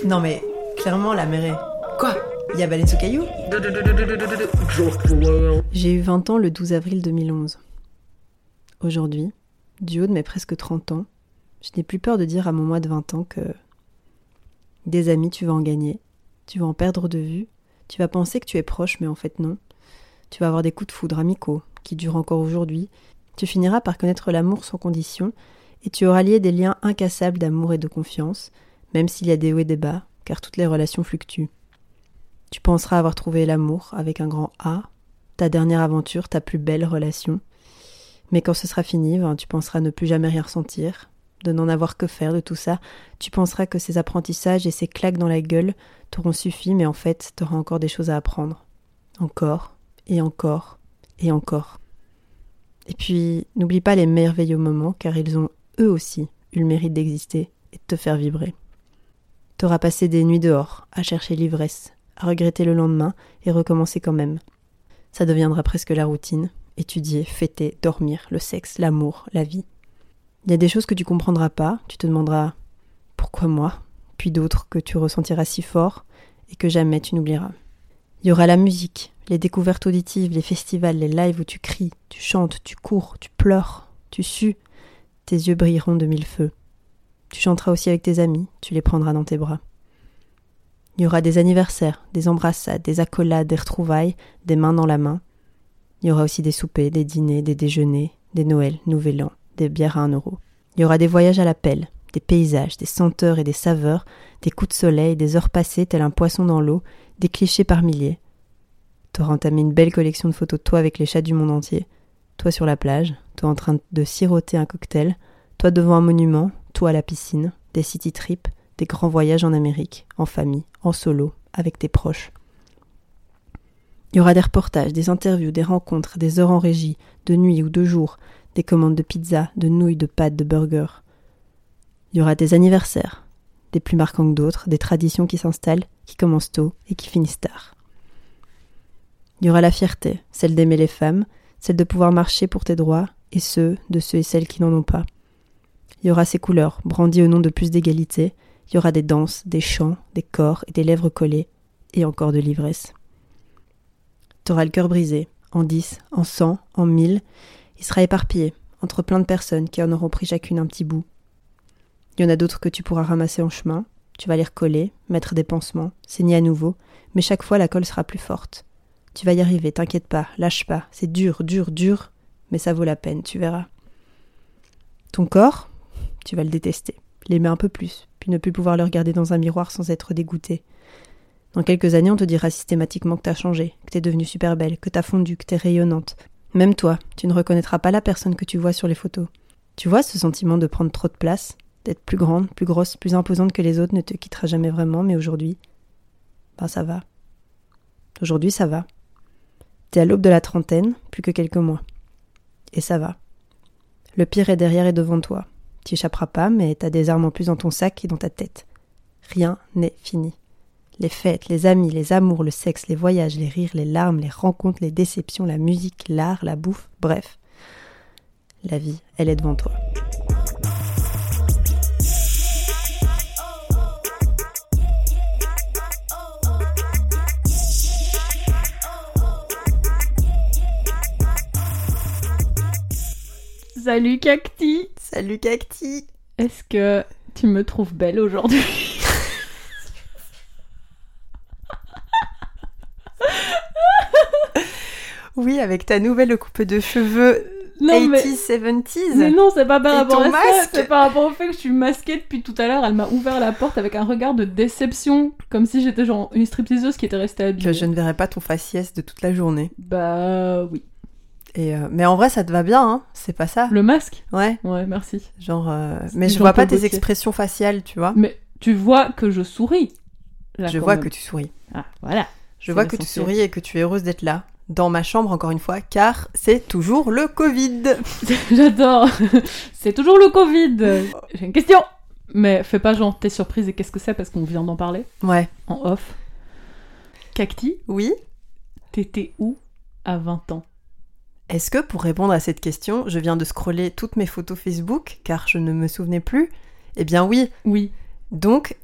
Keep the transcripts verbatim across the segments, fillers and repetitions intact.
Non mais, clairement, la mer est... Quoi ? Il y a baleine sous caillou ? J'ai eu vingt ans le douze avril deux mille onze. Aujourd'hui, du haut de mes presque trente ans, je n'ai plus peur de dire à mon moi de vingt ans que... Des amis, tu vas en gagner, tu vas en perdre de vue, tu vas penser que tu es proche, mais en fait non. Tu vas avoir des coups de foudre amicaux, qui durent encore aujourd'hui. Tu finiras par connaître l'amour sans condition, et tu auras lié des liens incassables d'amour et de confiance, même s'il y a des hauts et des bas, car toutes les relations fluctuent. Tu penseras avoir trouvé l'amour, avec un grand A, ta dernière aventure, ta plus belle relation. Mais quand ce sera fini, ben, tu penseras ne plus jamais rien ressentir, de n'en avoir que faire de tout ça. Tu penseras que ces apprentissages et ces claques dans la gueule t'auront suffi, mais en fait, t'auras encore des choses à apprendre. Encore, et encore, et encore. Et puis, n'oublie pas les merveilleux moments, car ils ont, eux aussi, eu le mérite d'exister et de te faire vibrer. T'auras passé des nuits dehors, à chercher l'ivresse, à regretter le lendemain et recommencer quand même. Ça deviendra presque la routine, étudier, fêter, dormir, le sexe, l'amour, la vie. Il y a des choses que tu comprendras pas, tu te demanderas « pourquoi moi ?» puis d'autres que tu ressentiras si fort et que jamais tu n'oublieras. Il y aura la musique, les découvertes auditives, les festivals, les lives où tu cries, tu chantes, tu cours, tu pleures, tu sues. Tes yeux brilleront de mille feux. Tu chanteras aussi avec tes amis, tu les prendras dans tes bras. Il y aura des anniversaires, des embrassades, des accolades, des retrouvailles, des mains dans la main. Il y aura aussi des soupers, des dîners, des déjeuners, des Noëls, Nouvel An, des bières à un euro. Il y aura des voyages à la pelle, des paysages, des senteurs et des saveurs, des coups de soleil, des heures passées tel un poisson dans l'eau, des clichés par milliers. T'auras entamé une belle collection de photos de toi avec les chats du monde entier. Toi sur la plage, toi en train de siroter un cocktail, toi devant un monument, toi à la piscine, des city trips, des grands voyages en Amérique, en famille, en solo, avec tes proches. Il y aura des reportages, des interviews, des rencontres, des heures en régie, de nuit ou de jour, des commandes de pizza, de nouilles, de pâtes, de burgers. Il y aura des anniversaires, des plus marquants que d'autres, des traditions qui s'installent, qui commencent tôt et qui finissent tard. Il y aura la fierté, celle d'aimer les femmes, celle de pouvoir marcher pour tes droits, et ceux de ceux et celles qui n'en ont pas. Il y aura ces couleurs, brandies au nom de plus d'égalité, il y aura des danses, des chants, des corps et des lèvres collées, et encore de l'ivresse. T'auras le cœur brisé, en dix, en cent, en mille, il sera éparpillé, entre plein de personnes qui en auront pris chacune un petit bout. Il y en a d'autres que tu pourras ramasser en chemin, tu vas les recoller, mettre des pansements, saigner à nouveau, mais chaque fois la colle sera plus forte. Tu vas y arriver, t'inquiète pas, lâche pas, c'est dur, dur, dur, mais ça vaut la peine, tu verras. Ton corps, tu vas le détester, l'aimer un peu plus, puis ne plus pouvoir le regarder dans un miroir sans être dégoûté. Dans quelques années, on te dira systématiquement que t'as changé, que t'es devenue super belle, que t'as fondu, que t'es rayonnante. Même toi, tu ne reconnaîtras pas la personne que tu vois sur les photos. Tu vois ce sentiment de prendre trop de place, d'être plus grande, plus grosse, plus imposante que les autres ne te quittera jamais vraiment, mais aujourd'hui, ben ça va. Aujourd'hui, ça va. T'es à l'aube de la trentaine, plus que quelques mois. Et ça va. Le pire est derrière et devant toi. Tu échapperas pas, mais t'as des armes en plus dans ton sac et dans ta tête. Rien n'est fini. Les fêtes, les amis, les amours, le sexe, les voyages, les rires, les larmes, les rencontres, les déceptions, la musique, l'art, la bouffe, bref. La vie, elle est devant toi. Salut Cacti. Salut Cacti. Est-ce que tu me trouves belle aujourd'hui? Oui, avec ta nouvelle coupe de cheveux non, mais... eighties, seventies. Mais non, c'est pas par rapport à masque. ça, c'est par rapport au fait que je suis masquée depuis tout à l'heure. Elle m'a ouvert la porte avec un regard de déception, comme si j'étais genre une stripteaseuse qui était restée habillée. Que je ne verrai pas ton faciès de toute la journée. Bah oui. Et euh, mais en vrai, ça te va bien, hein, c'est pas ça? Le masque? Ouais. Ouais, merci. Genre, euh... mais je vois pas tes expressions faciales, tu vois. Mais tu vois que je souris. Là, je vois même. que tu souris. Ah, voilà. Je c'est vois que tu souris et que tu es heureuse d'être là. Dans ma chambre, encore une fois, car c'est toujours le Covid. J'adore. C'est toujours le Covid. J'ai une question. Mais fais pas genre, t'es surprise et qu'est-ce que c'est parce qu'on vient d'en parler. Ouais. En off. Cacti. Oui. T'étais où à vingt ans? Est-ce que pour répondre à cette question, je viens de scroller toutes mes photos Facebook, car je ne me souvenais plus? Eh bien oui. Oui. Donc,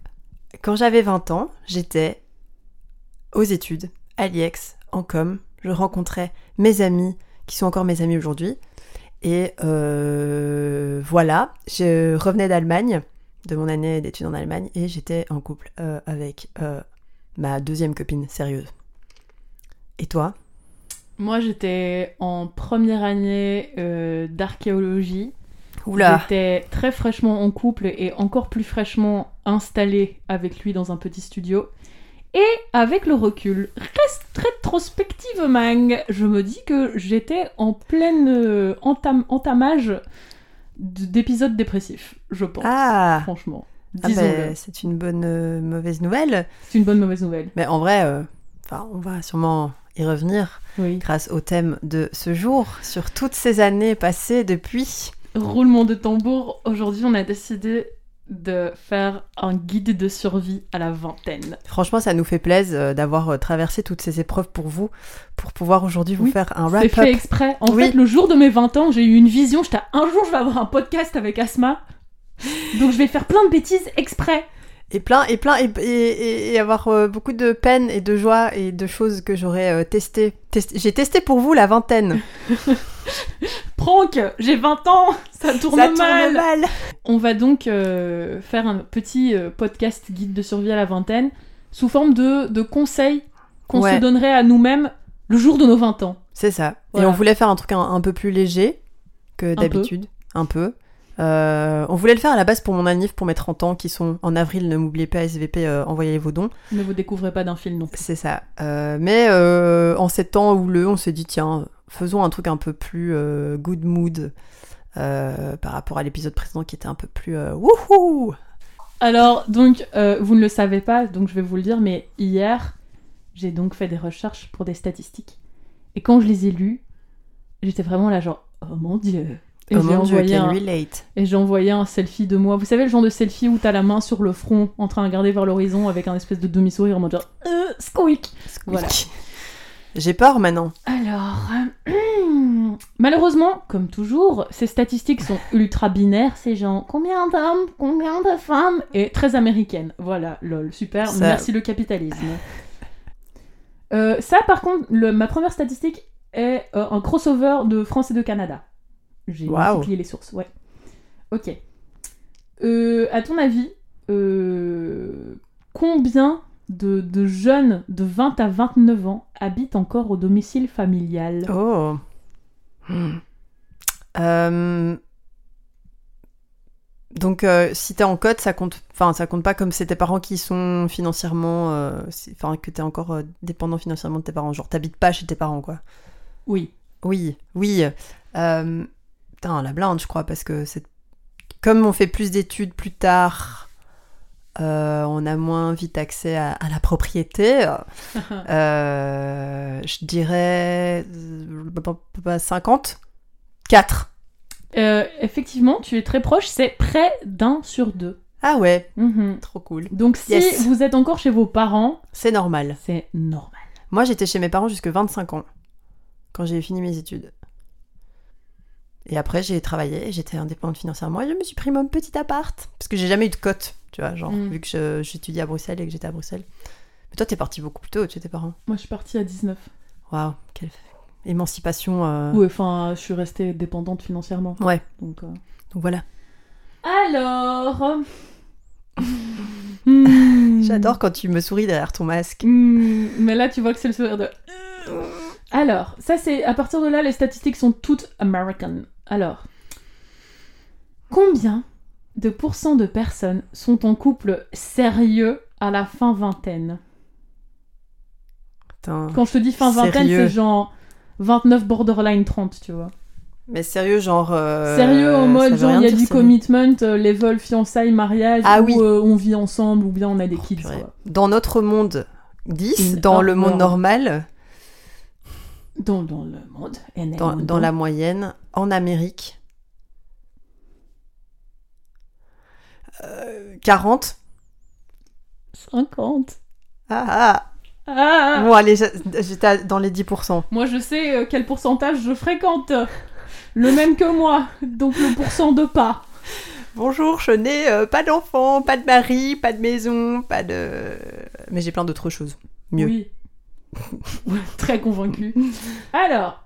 quand j'avais vingt ans, j'étais aux études, à l'I E X, en com. Je rencontrais mes amis, qui sont encore mes amis aujourd'hui. Et euh, voilà, je revenais d'Allemagne, de mon année d'études en Allemagne, et j'étais en couple euh, avec euh, ma deuxième copine sérieuse. Et toi ? Moi, j'étais en première année euh, d'archéologie. Oula. J'étais très fraîchement en couple et encore plus fraîchement installée avec lui dans un petit studio. Et avec le recul, rétrospectivement, je me dis que j'étais en plein euh, entam- entamage d'épisodes dépressifs, je pense. Ah, franchement. ah bah, c'est une bonne euh, mauvaise nouvelle. C'est une bonne mauvaise nouvelle. Mais en vrai, euh, on va sûrement y revenir oui. grâce au thème de ce jour, sur toutes ces années passées depuis. Roulement de tambour, aujourd'hui on a décidé de faire un guide de survie à la vingtaine. Franchement, ça nous fait plaisir d'avoir traversé toutes ces épreuves pour vous, pour pouvoir aujourd'hui vous oui, faire un wrap-up. C'est fait exprès. En oui. fait, le jour de mes vingt ans, j'ai eu une vision, j'étais un jour je vais avoir un podcast avec Asma, donc je vais faire plein de bêtises exprès. Et plein, et plein, et, et, et avoir euh, beaucoup de peine et de joie et de choses que j'aurais euh, testées. Test... J'ai testé pour vous la vingtaine. Prank, j'ai vingt ans, ça tourne, ça mal. tourne mal. On va donc euh, faire un petit euh, podcast guide de survie à la vingtaine sous forme de, de conseils qu'on ouais. se donnerait à nous-mêmes le jour de nos vingt ans. C'est ça. Voilà. Et on voulait faire un truc un, un peu plus léger que d'habitude. Un peu. Un peu. Euh, on voulait le faire à la base pour mon anniv, pour mes trente ans qui sont en avril. Ne m'oubliez pas, S V P, euh, envoyez vos dons. Ne vous découvrez pas d'un fil non plus. C'est ça. Euh, mais euh, en ces temps houleux, on s'est dit tiens, faisons un truc un peu plus euh, good mood euh, par rapport à l'épisode précédent qui était un peu plus euh, wouhou. Alors donc euh, vous ne le savez pas, donc je vais vous le dire, mais hier j'ai donc fait des recherches pour des statistiques et quand je les ai lues, j'étais vraiment là genre oh mon dieu. Et oh j'ai mon Dieu, envoyé can un... relate. Et j'ai envoyé un selfie de moi. Vous savez le genre de selfie où t'as la main sur le front en train de regarder vers l'horizon avec un espèce de demi-sourire en mode genre euh, squeak. Squeak. Voilà. J'ai peur maintenant. Alors, euh, malheureusement, comme toujours, ces statistiques sont ultra binaires. C'est genre combien d'hommes, combien de femmes et très américaines. Voilà, lol, super. Ça... Merci le capitalisme. euh, ça, par contre, le... ma première statistique est euh, un crossover de France et de Canada. J'ai wow. multiplié les sources, ouais. Ok. Euh, à ton avis, euh, combien de, de jeunes de vingt à vingt-neuf ans habitent encore au domicile familial ? Oh. Hmm. Euh... Donc, euh, si t'es en cote, ça compte... Enfin, ça compte pas comme c'est tes parents qui sont financièrement... Euh... Enfin, que t'es encore euh, dépendant financièrement de tes parents. Genre, t'habites pas chez tes parents, quoi. Oui. Oui, oui. Euh... Putain, la blinde, je crois, parce que c'est... comme on fait plus d'études plus tard, euh, on a moins vite accès à, à la propriété. euh, je dirais cinquante quatre Euh, effectivement, tu es très proche, c'est près d'un sur deux. Ah ouais, mm-hmm. Trop cool. Donc si yes. vous êtes encore chez vos parents... C'est normal. C'est normal. Moi, j'étais chez mes parents jusqu'à vingt-cinq ans, quand j'ai fini mes études. Et après, j'ai travaillé, j'étais indépendante financièrement et je me suis pris mon petit appart. Parce que j'ai jamais eu de cote, tu vois, genre, mm. vu que je, j'étudiais à Bruxelles et que j'étais à Bruxelles. Mais toi, t'es partie beaucoup plus tôt chez tes parents. Moi, je suis partie à dix-neuf. Waouh, quelle émancipation. Euh... Oui, enfin, je suis restée dépendante financièrement. Ouais. Donc, euh... Donc voilà. Alors... mmh. J'adore quand tu me souris derrière ton masque. Mmh. Mais là, tu vois que c'est le sourire de... Alors, ça c'est... À partir de là, les statistiques sont toutes American. Alors, combien de pourcents de personnes sont en couple sérieux à la fin vingtaine ? Putain, quand je te dis fin vingtaine, c'est genre vingt-neuf borderline trente, tu vois. Mais sérieux, genre... Euh, sérieux en mode, genre, il y a du sérieux. commitment, euh, level fiançailles, mariage, ah, où oui. euh, on vit ensemble, ou bien on a des kids. Oh, dans notre monde, dix. In dans le world. monde normal... Dans, dans le monde. Dans, dans la moyenne, en Amérique. Euh, quarante. cinquante. Ah ah. Ah. Bon, allez, j'étais dans les dix pour cent. Moi, je sais euh, quel pourcentage je fréquente. Le même que moi. Donc le pourcent de pas. Bonjour, je n'ai euh, pas d'enfant, pas de mari, pas de maison, pas de... Mais j'ai plein d'autres choses. Mieux. Oui. Très convaincu. Alors...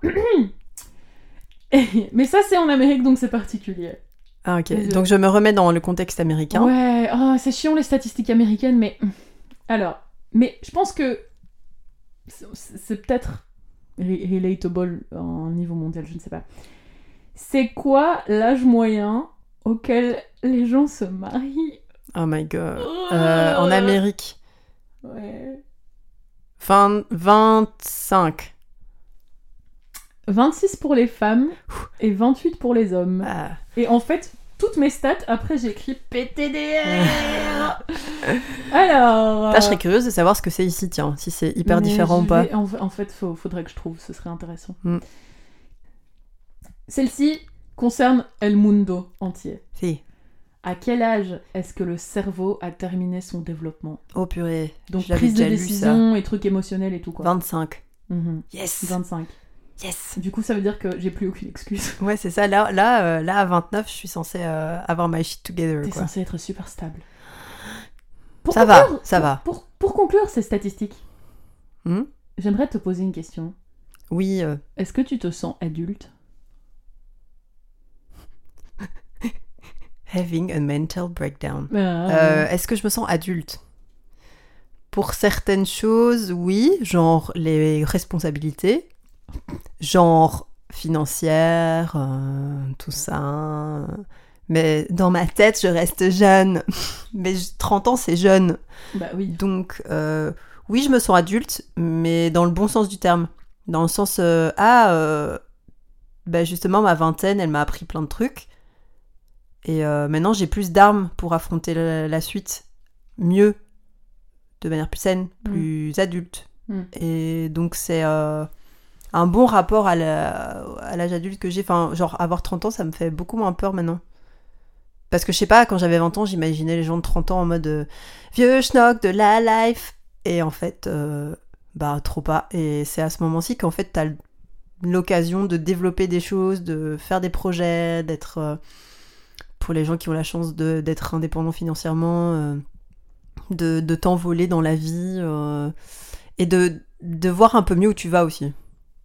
Mais ça, c'est en Amérique, donc c'est particulier. Ah, ok. Désolé. Donc je me remets dans le contexte américain. Ouais, oh, c'est chiant les statistiques américaines, mais... Alors, mais je pense que c'est, c'est peut-être relatable à un niveau mondial, je ne sais pas. C'est quoi l'âge moyen auquel les gens se marient? Oh my god. Euh, en Amérique. Ouais. Fin vingt-cinq. vingt-six pour les femmes et vingt-huit pour les hommes. Ah. Et en fait, toutes mes stats, après j'ai écrit P T D R. Alors... Là, je serais curieuse de savoir ce que c'est ici, tiens, si c'est hyper différent ou pas. Vais... En, en fait, faut, faudrait que je trouve, ce serait intéressant. Mm. Celle-ci concerne El Mundo entier. Si. À quel âge est-ce que le cerveau a terminé son développement? Oh purée. Donc prise de décision et trucs émotionnels et tout quoi. vingt-cinq. Mm-hmm. Yes. vingt-cinq. Yes. Du coup, ça veut dire que j'ai plus aucune excuse. Ouais, c'est ça. Là, là, euh, là à vingt-neuf, je suis censée euh, avoir my shit together. T'es quoi. censée être super stable. Pour ça conclure, va, ça pour, va. Pour, pour conclure ces statistiques, hmm j'aimerais te poser une question. Oui. Euh... Est-ce que tu te sens adulte? Having a mental breakdown. Ah, euh, est-ce que je me sens adulte? Pour certaines choses, oui, genre les responsabilités, genre financière, euh, tout ça. Mais dans ma tête, je reste jeune. Mais trente ans, c'est jeune. Bah oui. Donc, euh, oui, je me sens adulte, mais dans le bon sens du terme. Dans le sens, euh, ah, euh, bah justement, ma vingtaine, elle m'a appris plein de trucs. Et euh, maintenant, j'ai plus d'armes pour affronter la, la suite. Mieux. De manière plus saine, plus mmh. adulte. Mmh. Et donc, c'est euh, un bon rapport à, la, à l'âge adulte que j'ai. Enfin, genre, avoir trente ans, ça me fait beaucoup moins peur maintenant. Parce que je sais pas, quand j'avais vingt ans, j'imaginais les gens de trente ans en mode euh, vieux schnock de la life. Et en fait, euh, bah, trop pas. Et c'est à ce moment-ci qu'en fait, t'as l'occasion de développer des choses, de faire des projets, d'être. Euh, pour les gens qui ont la chance de, d'être indépendants financièrement, euh, de, de t'envoler dans la vie euh, et de, de voir un peu mieux où tu vas aussi.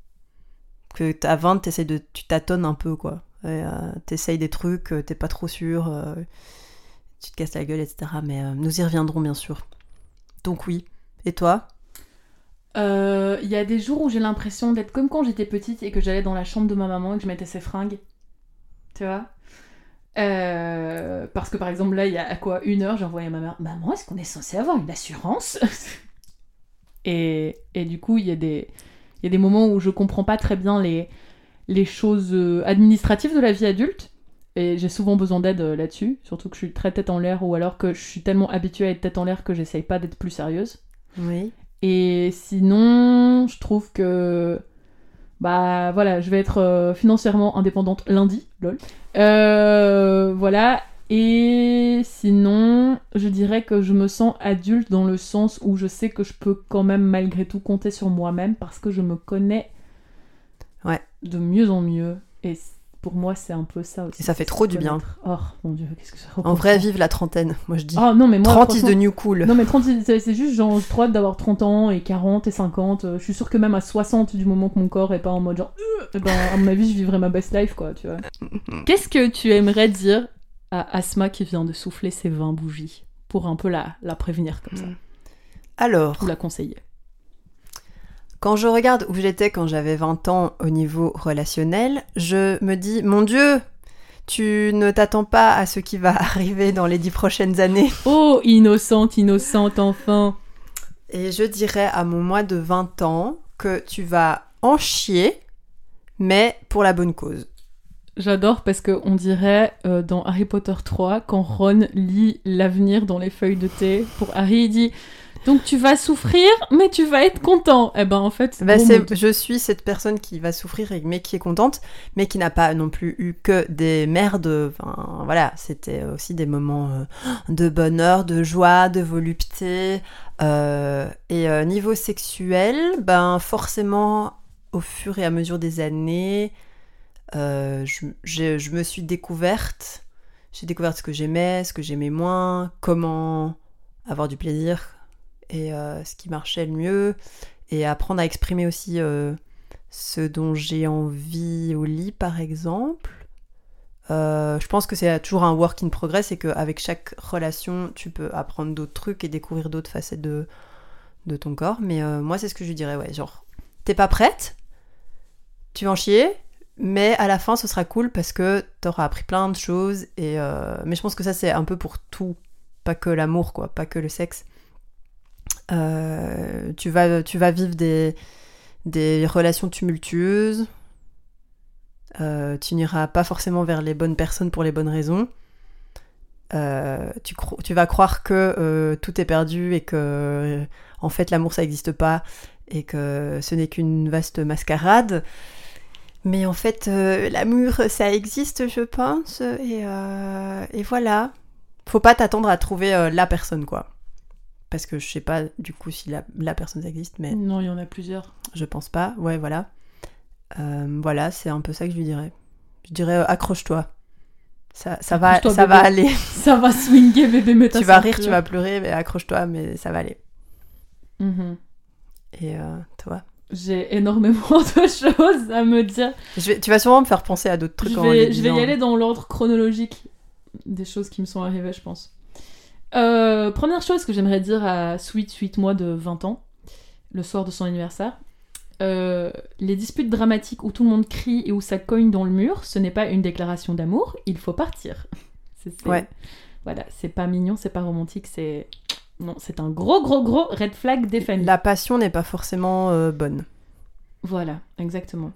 Que à vingt, t'essayes de, tu tâtonnes un peu, quoi. Et, euh, t'essayes des trucs, t'es pas trop sûr, euh, tu te casses la gueule, et cetera. Mais euh, nous y reviendrons, bien sûr. Donc oui. Et toi ? Il euh, y a des jours où j'ai l'impression d'être comme quand j'étais petite et que j'allais dans la chambre de ma maman et que je mettais ses fringues. Tu vois ? Euh, parce que par exemple là il y a quoi une heure j'ai envoyé à ma mère « Maman, est-ce qu'on est censé avoir une assurance ?» et, et du coup il y a des il y a des moments où je comprends pas très bien les, les choses administratives de la vie adulte et j'ai souvent besoin d'aide là-dessus, surtout que je suis très tête en l'air ou alors que je suis tellement habituée à être tête en l'air que j'essaye pas d'être plus sérieuse. Oui. Et sinon je trouve que bah voilà, je vais être euh, financièrement indépendante lundi, lol. Euh, voilà, et sinon, je dirais que je me sens adulte dans le sens où je sais que je peux quand même malgré tout compter sur moi-même parce que je me connais ouais. de mieux en mieux. Et pour moi, c'est un peu ça aussi. Et ça fait trop du bien. Oh mon dieu, qu'est-ce que ça reprend. En vrai, vive la trentaine, moi je dis. Oh non, mais moi, trente is the new cool. Non, mais trente, c'est, c'est juste genre, j'ai trop hâte d'avoir trente ans et quarante et cinquante. Je suis sûre que même à soixante, du moment que mon corps est pas en mode genre, euh, ben, à mon avis, je vivrai ma best life, quoi, tu vois. Qu'est-ce que tu aimerais dire à Asma qui vient de souffler ses vingt bougies pour un peu la, la prévenir comme ça? Alors. Ou la conseiller. Quand je regarde où j'étais quand j'avais vingt ans au niveau relationnel, je me dis, mon Dieu, tu ne t'attends pas à ce qui va arriver dans les dix prochaines années. Oh, innocente, innocente, enfin. Et je dirais à mon moi de vingt ans que tu vas en chier, mais pour la bonne cause. J'adore parce qu'on dirait euh, dans Harry Potter trois, quand Ron lit l'avenir dans les feuilles de thé, pour Harry, il dit... Donc tu vas souffrir, mais tu vas être content. Eh ben en fait, bah, c'est, je suis cette personne qui va souffrir mais qui est contente, mais qui n'a pas non plus eu que des merdes. Enfin voilà, c'était aussi des moments euh, de bonheur, de joie, de volupté. Euh, et euh, niveau sexuel, ben forcément, au fur et à mesure des années, euh, je, je, je me suis découverte. j'ai découvert ce que j'aimais, ce que j'aimais moins, comment avoir du plaisir et euh, ce qui marchait le mieux, et apprendre à exprimer aussi euh, ce dont j'ai envie au lit, par exemple. Euh, je pense que c'est toujours un work in progress et qu'avec chaque relation, tu peux apprendre d'autres trucs et découvrir d'autres facettes de, de ton corps. Mais euh, moi, c'est ce que je lui dirais, ouais, genre, t'es pas prête, tu vas en chier, mais à la fin, ce sera cool parce que t'auras appris plein de choses. Et euh... Mais je pense que ça, c'est un peu pour tout, pas que l'amour, quoi, pas que le sexe. Euh... Tu vas, tu vas vivre des, des relations tumultueuses. Euh, tu n'iras pas forcément vers les bonnes personnes pour les bonnes raisons. Euh, tu, cro- tu vas croire que euh, tout est perdu et que, euh, en fait, l'amour, ça n'existe pas et que ce n'est qu'une vaste mascarade. Mais en fait, euh, l'amour, ça existe, je pense. Et, euh, et voilà. Faut pas t'attendre à trouver euh, la personne, quoi. Parce que je sais pas, du coup, si la, la personne, ça existe, mais... Non, il y en a plusieurs. Je pense pas. Ouais, voilà. Euh, voilà, c'est un peu ça que je lui dirais. Je dirais, euh, accroche-toi. Ça, ça, va, ça va aller. Ça va swinguer, bébé, mais tu vas rire, tu vas pleurer, mais accroche-toi, mais ça va aller. Mm-hmm. Et euh, toi ? J'ai énormément de choses à me dire. Je vais, tu vas sûrement me faire penser à d'autres trucs je en vais, les Je vais y disant. aller dans l'ordre chronologique des choses qui me sont arrivées, je pense. Euh, première chose que j'aimerais dire à Sweet Sweet moi de vingt ans, le soir de son anniversaire, euh, les disputes dramatiques où tout le monde crie et où ça cogne dans le mur, ce n'est pas une déclaration d'amour, il faut partir. c'est, c'est... Ouais. Voilà, c'est pas mignon, c'est pas romantique, c'est... Non, c'est un gros, gros, gros red flag des familles. La passion n'est pas forcément euh, bonne. Voilà, exactement.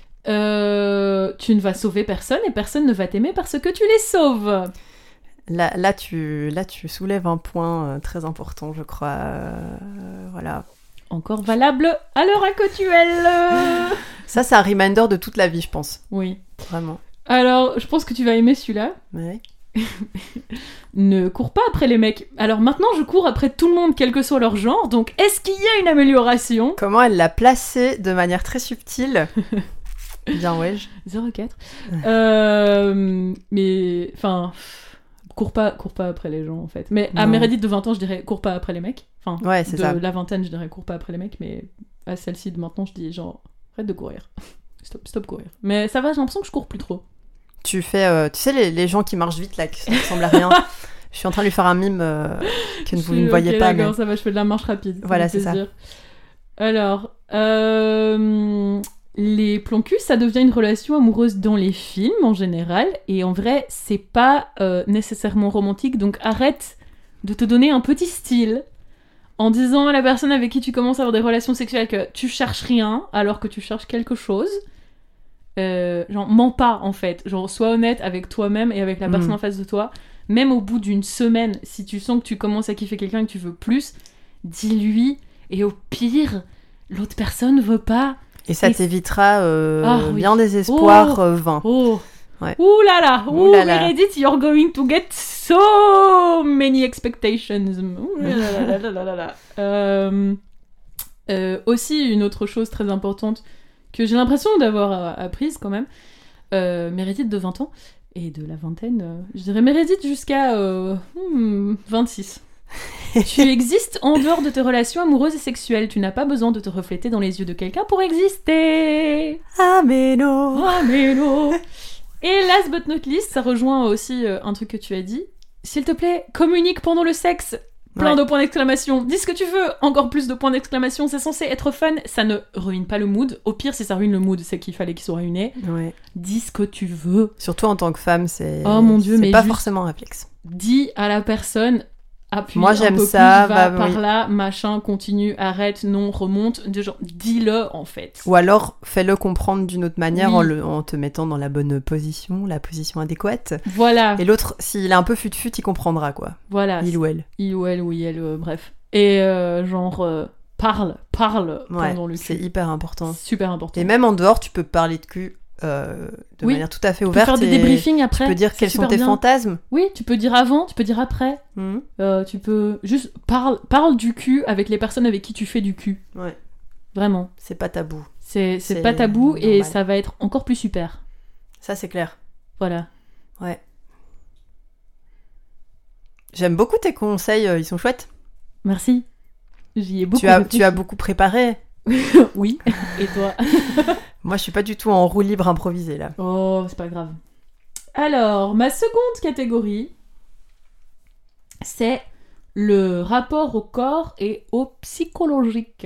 Euh, tu ne vas sauver personne et personne ne va t'aimer parce que tu les sauves. Là, là, tu, là tu soulèves un point euh, très important, je crois. Euh, voilà. Encore valable à l'heure actuelle. Ça, c'est un reminder de toute la vie, je pense. Oui. Vraiment. Alors, je pense que tu vas aimer celui-là. Ouais. Ne cours pas après les mecs. Alors maintenant, je cours après tout le monde, quel que soit leur genre. Donc, est-ce qu'il y a une amélioration ? Comment elle l'a placé de manière très subtile. Bien, ouais. zéro quatre. euh, mais, enfin, cours pas, cours pas après les gens, en fait. Mais à Non. Meredith de vingt ans, je dirais cours pas après les mecs. Enfin, ouais, c'est de ça. la vingtaine, je dirais cours pas après les mecs. Mais à celle-ci de maintenant, je dis genre, arrête de courir. Stop, stop courir. Mais ça va, j'ai l'impression que je cours plus trop. Tu fais, euh, tu sais, les, les gens qui marchent vite, là, qui ne ressemblent à rien. Je suis en train de lui faire un mime euh, que vous ne voyez okay, pas. D'accord, mais... ça va, je fais de la marche rapide. Voilà, c'est ça. Alors, euh, les plans cul, ça devient une relation amoureuse dans les films en général, et en vrai, c'est pas euh, nécessairement romantique, donc arrête de te donner un petit style en disant à la personne avec qui tu commences à avoir des relations sexuelles que tu cherches rien alors que tu cherches quelque chose. Euh, genre, mens pas en fait. Genre, sois honnête avec toi-même et avec la mmh. personne en face de toi. Même au bout d'une semaine, si tu sens que tu commences à kiffer quelqu'un et que tu veux plus, dis-lui. Et au pire, l'autre personne veut pas. Et ça et t'évitera euh, ah, oui. bien des espoirs oh, euh, vains. Oh. Ouais. Ouh là là. Ouh Ouh, là là. Meredith, you're going to get so many expectations. Ouh là là là là là là là. Euh, euh, aussi, une autre chose très importante que j'ai l'impression d'avoir apprise quand même, euh, Meredith de vingt ans, et de la vingtaine, euh, je dirais Meredith jusqu'à euh, hmm, vingt-six. Tu existes en dehors de tes relations amoureuses et sexuelles, tu n'as pas besoin de te refléter dans les yeux de quelqu'un pour exister. Ah mais non. Ah mais non. Et last but not least, ça rejoint aussi euh, un truc que tu as dit, s'il te plaît, communique pendant le sexe. Plein ouais. de points d'exclamation. Dis ce que tu veux, encore plus de points d'exclamation. C'est censé être fun, ça ne ruine pas le mood. Au pire, si ça ruine le mood, c'est qu'il fallait qu'il soit ruiné. Ouais. Dis ce que tu veux. Surtout en tant que femme, c'est, oh, mon Dieu, c'est mais pas juste... forcément un réflexe. Dis à la personne, appuie Moi, un j'aime peu ça, plus, va bah, par oui. là, machin, continue, arrête, non, remonte. De genre, dis-le en fait. Ou alors, fais-le comprendre d'une autre manière oui. en, le, en te mettant dans la bonne position, la position adéquate. Voilà. Et l'autre, s'il est un peu fut-fut, il comprendra, quoi. Voilà. Il ou elle. Il ou elle, oui, elle, euh, bref. Et euh, genre, euh, parle, parle ouais, pendant le cul. C'est hyper important. Super important. Et même en dehors, tu peux parler de cul euh, de oui. manière tout à fait tu ouverte. Tu peux faire des débriefings après. Tu peux dire quels sont tes bien. fantasmes. Oui, tu peux dire avant, tu peux dire après. Mmh. Euh, tu peux juste parle, parle du cul avec les personnes avec qui tu fais du cul. Ouais. Vraiment. C'est pas tabou. C'est, c'est, c'est pas tabou normal. et ça va être encore plus super. Ça, c'est clair. Voilà. Ouais. J'aime beaucoup tes conseils, ils sont chouettes. Merci. J'y ai beaucoup tu as, tu as beaucoup préparé. Oui, et toi? Moi, je suis pas du tout en roue libre improvisée, là. Oh, c'est pas grave. Alors, ma seconde catégorie, c'est le rapport au corps et au psychologique.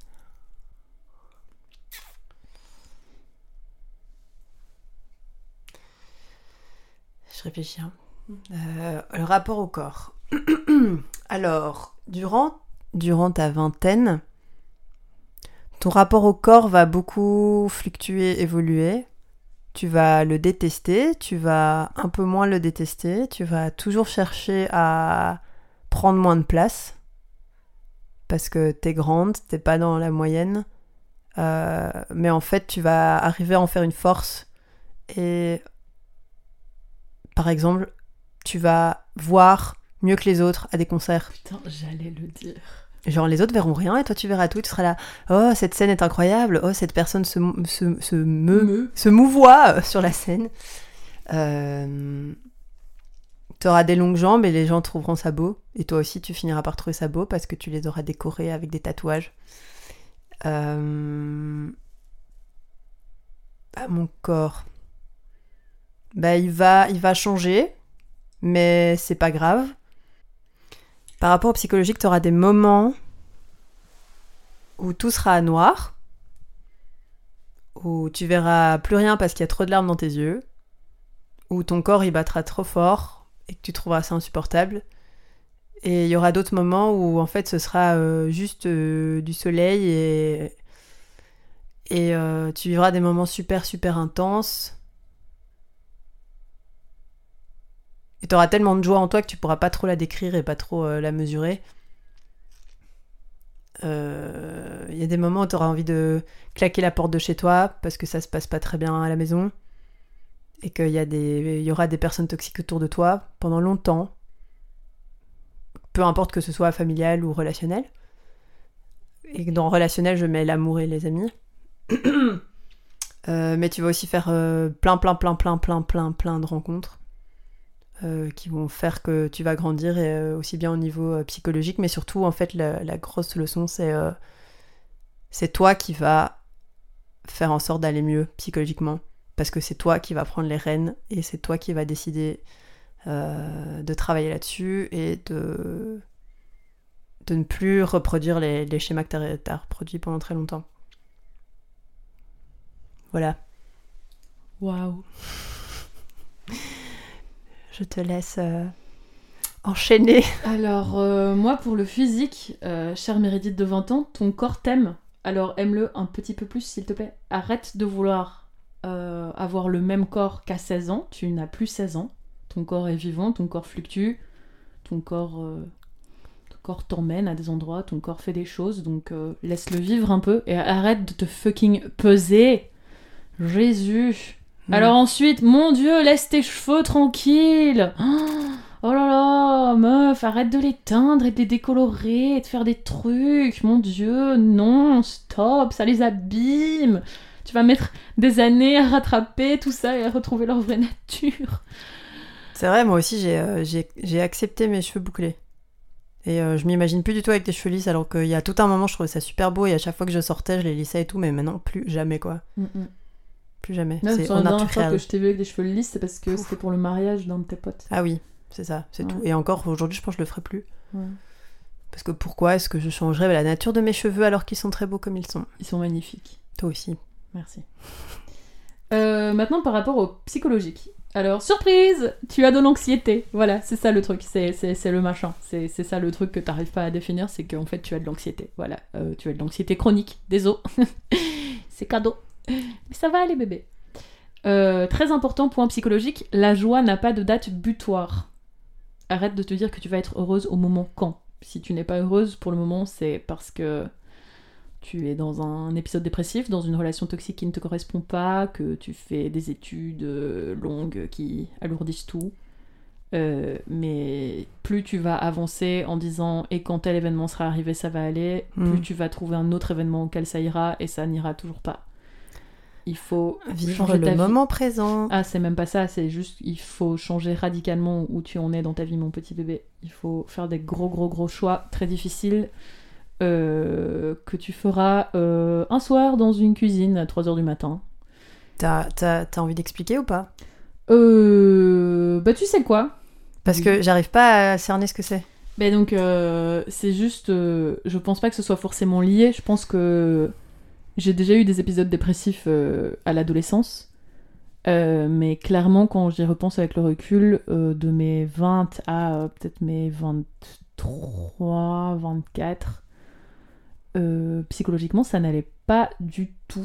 Je réfléchis. Hein. Euh, le rapport au corps. Alors, durant, durant ta vingtaine, ton rapport au corps va beaucoup fluctuer, évoluer. Tu vas le détester, tu vas un peu moins le détester, tu vas toujours chercher à prendre moins de place parce que t'es grande, t'es pas dans la moyenne. Euh, mais en fait, tu vas arriver à en faire une force et, par exemple, tu vas voir mieux que les autres à des concerts. Putain, j'allais le dire. Genre, les autres verront rien et toi, tu verras tout. Tu seras là, oh, cette scène est incroyable. Oh, cette personne se, se, se, me, me. se mouvoie sur la scène. Euh... Tu auras des longues jambes et les gens trouveront ça beau. Et toi aussi, tu finiras par trouver ça beau parce que tu les auras décorés avec des tatouages. Euh... Ah, mon corps. Bah, il va, il va changer, mais c'est pas grave. Par rapport au psychologique, tu auras des moments où tout sera noir, où tu verras plus rien parce qu'il y a trop de larmes dans tes yeux, où ton corps il battra trop fort et que tu trouveras ça insupportable. Et il y aura d'autres moments où en fait ce sera euh, juste euh, du soleil et, et euh, tu vivras des moments super super intenses. Et tu auras tellement de joie en toi que tu pourras pas trop la décrire et pas trop euh, la mesurer. Il euh, y a des moments où tu auras envie de claquer la porte de chez toi parce que ça se passe pas très bien à la maison et qu'il y a des, il y aura des personnes toxiques autour de toi pendant longtemps, peu importe que ce soit familial ou relationnel. Et dans relationnel, je mets l'amour et les amis. euh, mais tu vas aussi faire euh, plein, plein, plein, plein, plein, plein, plein de rencontres. Euh, qui vont faire que tu vas grandir et, euh, aussi bien au niveau euh, psychologique, mais surtout en fait la, la grosse leçon c'est euh, c'est toi qui vas faire en sorte d'aller mieux psychologiquement parce que c'est toi qui vas prendre les rênes et c'est toi qui vas décider euh, de travailler là-dessus et de de ne plus reproduire les, les schémas que t'as, t'as reproduits pendant très longtemps. Voilà. Waouh. Je te laisse euh, enchaîner. Alors, euh, moi, pour le physique, euh, chère Mérédith de vingt ans, ton corps t'aime. Alors, aime-le un petit peu plus, s'il te plaît. Arrête de vouloir euh, avoir le même corps qu'à seize ans. Tu n'as plus seize ans. Ton corps est vivant, ton corps fluctue. Ton corps, euh, ton corps t'emmène à des endroits, ton corps fait des choses. Donc, euh, laisse-le vivre un peu et arrête de te fucking peser. Jésus. Alors ensuite, mon Dieu, laisse tes cheveux tranquilles. Oh là là, meuf, arrête de les teindre et de les décolorer et de faire des trucs. Mon Dieu, non, stop, ça les abîme. Tu vas mettre des années à rattraper tout ça et à retrouver leur vraie nature. C'est vrai, moi aussi, j'ai, euh, j'ai, j'ai accepté mes cheveux bouclés. Et euh, je m'imagine plus du tout avec des cheveux lisses, alors qu'il y a tout un moment, je trouvais ça super beau et à chaque fois que je sortais, je les lissais et tout, mais maintenant, plus jamais, quoi. Mm-mm. Plus jamais. Non, c'est la dernière fois que je t'ai vu avec des cheveux lisses, c'est parce que Ouf. C'était pour le mariage d'un de tes potes. Ah oui, c'est ça, c'est ouais. tout. Et encore, aujourd'hui, je pense que je le ferai plus. Ouais. Parce que pourquoi est-ce que je changerais la nature de mes cheveux alors qu'ils sont très beaux comme ils sont ? Ils sont magnifiques. Toi aussi. Merci. Euh, maintenant, par rapport au psychologique. Alors, surprise, tu as de l'anxiété. Voilà, c'est ça le truc, c'est, c'est, c'est le machin. C'est, c'est ça le truc que t'arrives pas à définir, c'est qu'en fait, tu as de l'anxiété. Voilà, euh, tu as de l'anxiété chronique. Désolé. C'est cadeau. Mais ça va aller, bébé. Euh, très important, point psychologique, la joie n'a pas de date butoir. Arrête de te dire que tu vas être heureuse au moment quand. Si tu n'es pas heureuse pour le moment, c'est parce que tu es dans un épisode dépressif, dans une relation toxique qui ne te correspond pas, que tu fais des études longues qui alourdissent tout. Euh, mais plus tu vas avancer en disant « et quand tel événement sera arrivé, ça va aller mmh. », plus tu vas trouver un autre événement auquel ça ira et ça n'ira toujours pas. il faut vivre changer le ta vie. moment présent. Ah, c'est même pas ça, c'est juste, il faut changer radicalement où tu en es dans ta vie, mon petit bébé. Il faut faire des gros, gros, gros choix très difficiles euh, que tu feras euh, un soir dans une cuisine à trois heures du matin. T'as, t'as, t'as envie d'expliquer ou pas ? Euh... Bah, tu sais quoi ? Parce Oui. que j'arrive pas à cerner ce que c'est. Bah, donc, euh, c'est juste... Euh, je pense pas que ce soit forcément lié. Je pense que j'ai déjà eu des épisodes dépressifs euh, à l'adolescence. Euh, mais clairement, quand j'y repense avec le recul, euh, de mes vingt à euh, peut-être mes vingt-trois, vingt-quatre, euh, psychologiquement, ça n'allait pas du tout.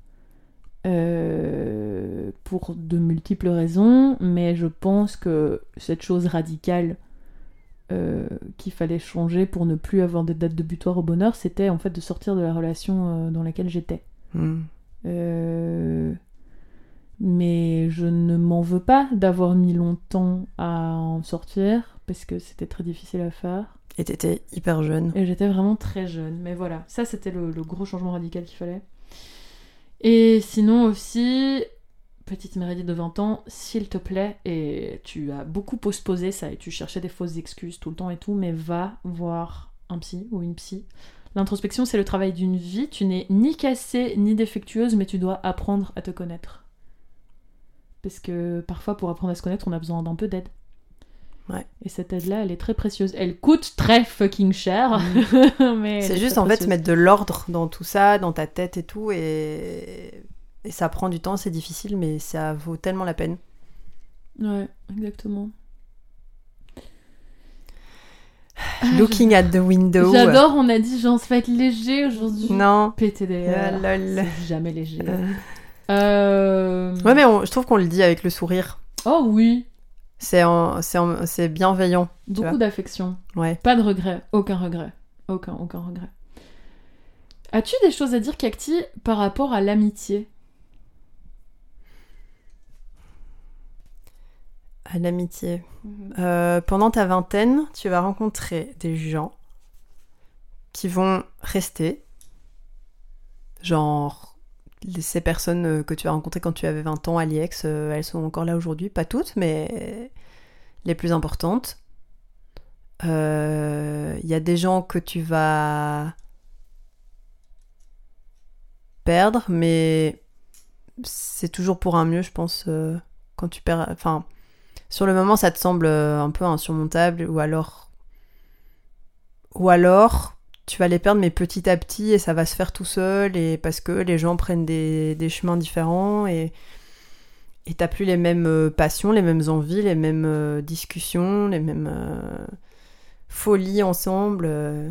Euh, pour de multiples raisons, mais je pense que cette chose radicale euh, qu'il fallait changer pour ne plus avoir de date de butoir au bonheur, c'était en fait de sortir de la relation euh, dans laquelle j'étais. Mm. Euh... Mais je ne m'en veux pas d'avoir mis longtemps à en sortir, parce que c'était très difficile à faire. Et t'étais hyper jeune. Et j'étais vraiment très jeune. Mais voilà, ça c'était le, le gros changement radical qu'il fallait. Et sinon aussi, petite Meredith de vingt ans, s'il te plaît, et tu as beaucoup postposé ça, et tu cherchais des fausses excuses tout le temps et tout, mais va voir un psy ou une psy. L'introspection, c'est le travail d'une vie. Tu n'es ni cassée ni défectueuse, mais tu dois apprendre à te connaître. Parce que parfois, pour apprendre à se connaître, on a besoin d'un peu d'aide. Ouais. Et cette aide-là, elle est très précieuse. Elle coûte très fucking cher. Mmh. mais c'est juste en précieuse. Fait mettre de l'ordre dans tout ça, dans ta tête et tout. Et, et ça prend du temps, c'est difficile, mais ça vaut tellement la peine. Ouais, exactement. Looking at the window. J'adore, on a dit genre ça va être léger aujourd'hui. Non. P T D R. Ah, lol. C'est jamais léger. Euh... Euh... Ouais, mais on, je trouve qu'on le dit avec le sourire. Oh oui. C'est, en, c'est, en, c'est bienveillant. Beaucoup d'affection. Ouais. Pas de regret. Aucun regret. Aucun, aucun regret. As-tu des choses à dire, Cacti, par rapport à l'amitié ? À l'amitié. Mmh. Euh, pendant ta vingtaine, tu vas rencontrer des gens qui vont rester. Genre, ces personnes que tu as rencontrées quand tu avais vingt ans à l'I E X, euh, elles sont encore là aujourd'hui. Pas toutes, mais les plus importantes. Il euh, y a des gens que tu vas perdre, mais c'est toujours pour un mieux, je pense. Euh, quand tu perds... Enfin... Sur le moment, ça te semble un peu insurmontable, ou alors... Ou alors, tu vas les perdre, mais petit à petit, et ça va se faire tout seul, et parce que les gens prennent des, des chemins différents, et et t'as plus les mêmes passions, les mêmes envies, les mêmes discussions, les mêmes euh, folies ensemble. Euh...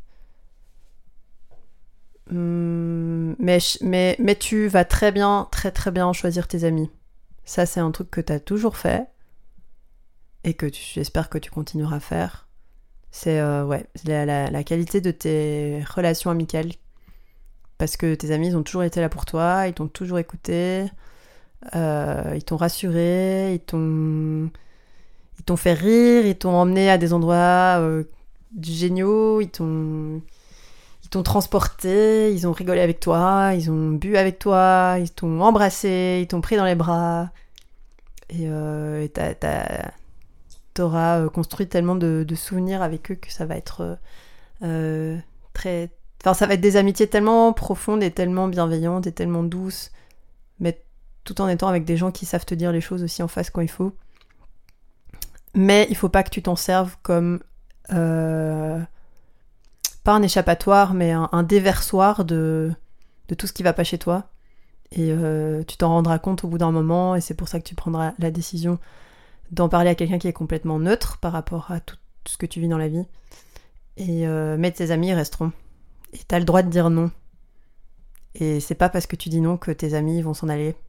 Hum, mais, mais, mais tu vas très bien, très très bien choisir tes amis. Ça, c'est un truc que t'as toujours fait. Et que tu, j'espère que tu continueras à faire, c'est euh, ouais, la, la, la qualité de tes relations amicales. Parce que tes amis, ils ont toujours été là pour toi, ils t'ont toujours écouté, euh, ils t'ont rassuré, ils t'ont, ils t'ont fait rire, ils t'ont emmené à des endroits euh, géniaux, ils t'ont, ils t'ont transporté, ils ont rigolé avec toi, ils ont bu avec toi, ils t'ont embrassé, ils t'ont pris dans les bras. Et euh, et t'as... t'as t'auras construit tellement de, de souvenirs avec eux que ça va être euh, très... Enfin, ça va être des amitiés tellement profondes et tellement bienveillantes et tellement douces, mais tout en étant avec des gens qui savent te dire les choses aussi en face quand il faut. Mais il faut pas que tu t'en serves comme... Euh, pas un échappatoire, mais un, un déversoir de, de tout ce qui va pas chez toi. Et euh, tu t'en rendras compte au bout d'un moment, et c'est pour ça que tu prendras la décision d'en parler à quelqu'un qui est complètement neutre par rapport à tout ce que tu vis dans la vie. Et euh, mais tes amis resteront. Et t'as le droit de dire non. Et c'est pas parce que tu dis non que tes amis vont s'en aller.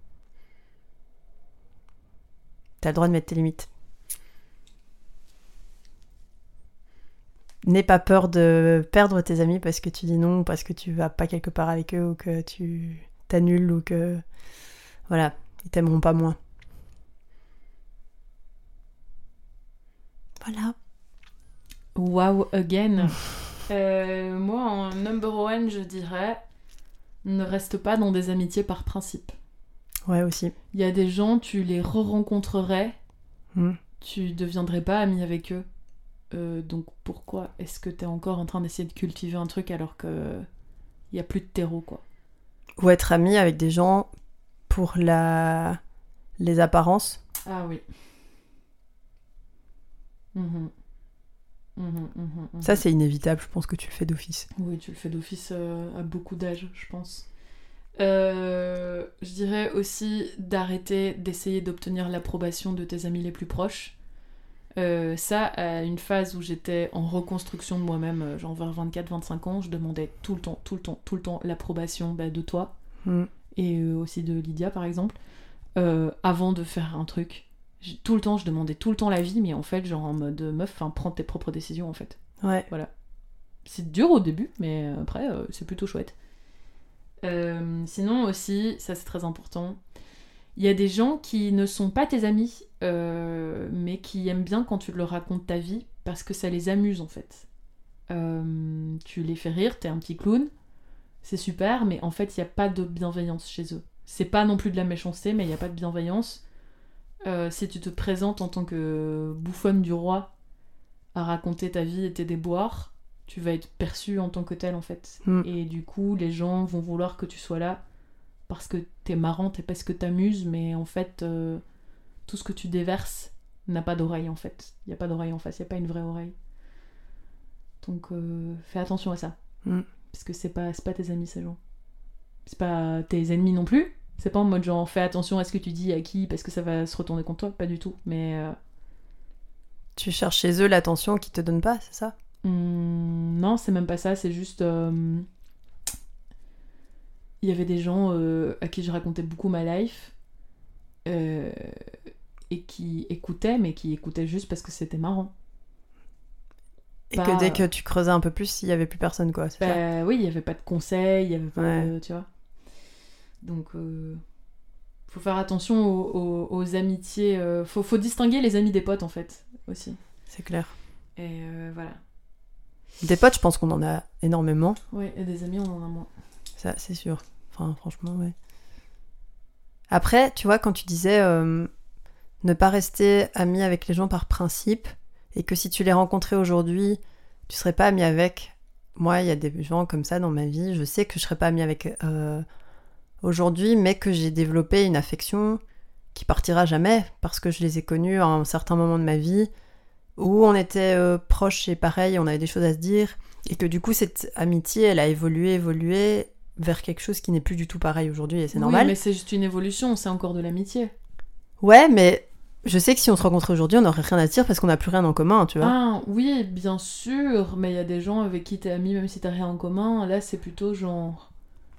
T'as le droit de mettre tes limites. N'aie pas peur de perdre tes amis parce que tu dis non, ou parce que tu vas pas quelque part avec eux, ou que tu t'annules, ou que... Voilà, ils t'aimeront pas moins. Voilà. Wow, again. euh, moi, en number one, je dirais ne reste pas dans des amitiés par principe. Ouais, aussi. Il y a des gens, tu les re-rencontrerais, mm. tu deviendrais pas ami avec eux. Euh, donc pourquoi est-ce que t'es encore en train d'essayer de cultiver un truc alors que il y a plus de terreau, quoi. Ou être ami avec des gens pour la... les apparences. Ah oui. Mmh. Mmh, mmh, mmh. Ça, c'est inévitable, je pense que tu le fais d'office. Oui, tu le fais d'office euh, à beaucoup d'âges, je pense. Euh, je dirais aussi d'arrêter d'essayer d'obtenir l'approbation de tes amis les plus proches. Euh, ça, à une phase où j'étais en reconstruction de moi-même, genre vers vingt-quatre vingt-cinq ans, je demandais tout le temps, tout le temps, tout le temps l'approbation bah, de toi, mm. et euh, aussi de Lydia, par exemple, euh, avant de faire un truc. J'ai, tout le temps, je demandais tout le temps l'avis, mais en fait, genre en mode meuf, enfin, prends tes propres décisions, en fait. Ouais. Voilà. C'est dur au début, mais après, euh, c'est plutôt chouette. Euh, sinon aussi, ça c'est très important, il y a des gens qui ne sont pas tes amis, euh, mais qui aiment bien quand tu leur racontes ta vie, parce que ça les amuse en fait. Euh, tu les fais rire, t'es un petit clown, c'est super, mais en fait, il n'y a pas de bienveillance chez eux. C'est pas non plus de la méchanceté, mais il n'y a pas de bienveillance. Euh, si tu te présentes en tant que bouffonne du roi à raconter ta vie et tes déboires, tu vas être perçu en tant que tel en fait. Mm. Et du coup, les gens vont vouloir que tu sois là parce que t'es marrante et parce que t'amuses, mais en fait, euh, tout ce que tu déverses n'a pas d'oreille en fait. Il n'y a pas d'oreille en face, il n'y a pas une vraie oreille. Donc euh, fais attention à ça. Mm. Parce que c'est pas, c'est pas tes amis ces gens. C'est pas tes ennemis non plus. C'est pas en mode genre fais attention à ce que tu dis à qui parce que ça va se retourner contre toi, pas du tout. Mais euh... tu cherches chez eux l'attention qu'ils te donnent pas, c'est ça? Hum, non, c'est même pas ça, c'est juste... Euh... Il y avait des gens euh, à qui je racontais beaucoup ma life euh, et qui écoutaient, mais qui écoutaient juste parce que c'était marrant. Et pas... que dès que tu creusais un peu plus, il y avait plus personne, quoi, c'est bah, ça? oui, il y avait pas de conseils, il y avait pas ouais. de... Tu vois. Donc... Euh... Faut faire attention aux, aux, aux amitiés... Euh... Faut, faut distinguer les amis des potes, en fait, aussi. C'est clair. Et euh, voilà. Des potes, je pense qu'on en a énormément. Oui, et des amis, on en a moins. Ça, c'est sûr. Enfin, franchement, ouais. Après, tu vois, quand tu disais euh, ne pas rester ami avec les gens par principe, et que si tu les rencontrais aujourd'hui, tu serais pas ami avec... Moi, il y a des gens comme ça dans ma vie, je sais que je serais pas ami avec euh, aujourd'hui, mais que j'ai développé une affection qui partira jamais, parce que je les ai connus à un certain moment de ma vie, où on était euh, proches et pareil, on avait des choses à se dire, et que du coup, cette amitié, elle a évolué, évolué vers quelque chose qui n'est plus du tout pareil aujourd'hui, et c'est oui, normal. Mais c'est juste une évolution, c'est encore de l'amitié. Ouais, mais je sais que si on se rencontrait aujourd'hui, on n'aurait rien à se dire parce qu'on n'a plus rien en commun, tu vois. Ah, oui, bien sûr, mais il y a des gens avec qui t'es ami même si t'as rien en commun, là c'est plutôt genre...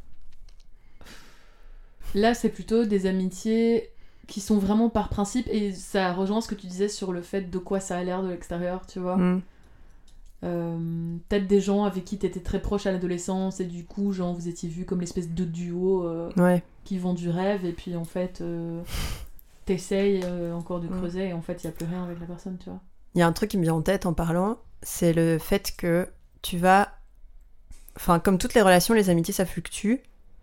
Là c'est plutôt des amitiés qui sont vraiment par principe, et ça rejoint ce que tu disais sur le fait de quoi ça a l'air de l'extérieur, tu vois. Mm. Euh, peut-être des gens avec qui t'étais très proche à l'adolescence et du coup genre vous étiez vus comme l'espèce de duo euh, ouais. qui vend du rêve, et puis en fait euh, t'essayes euh, encore de creuser, mm. et en fait il n'y a plus rien avec la personne, tu vois. Il y a un truc qui me vient en tête en parlant, c'est le fait que tu vas... Enfin, comme toutes les relations, les amitiés, ça fluctue.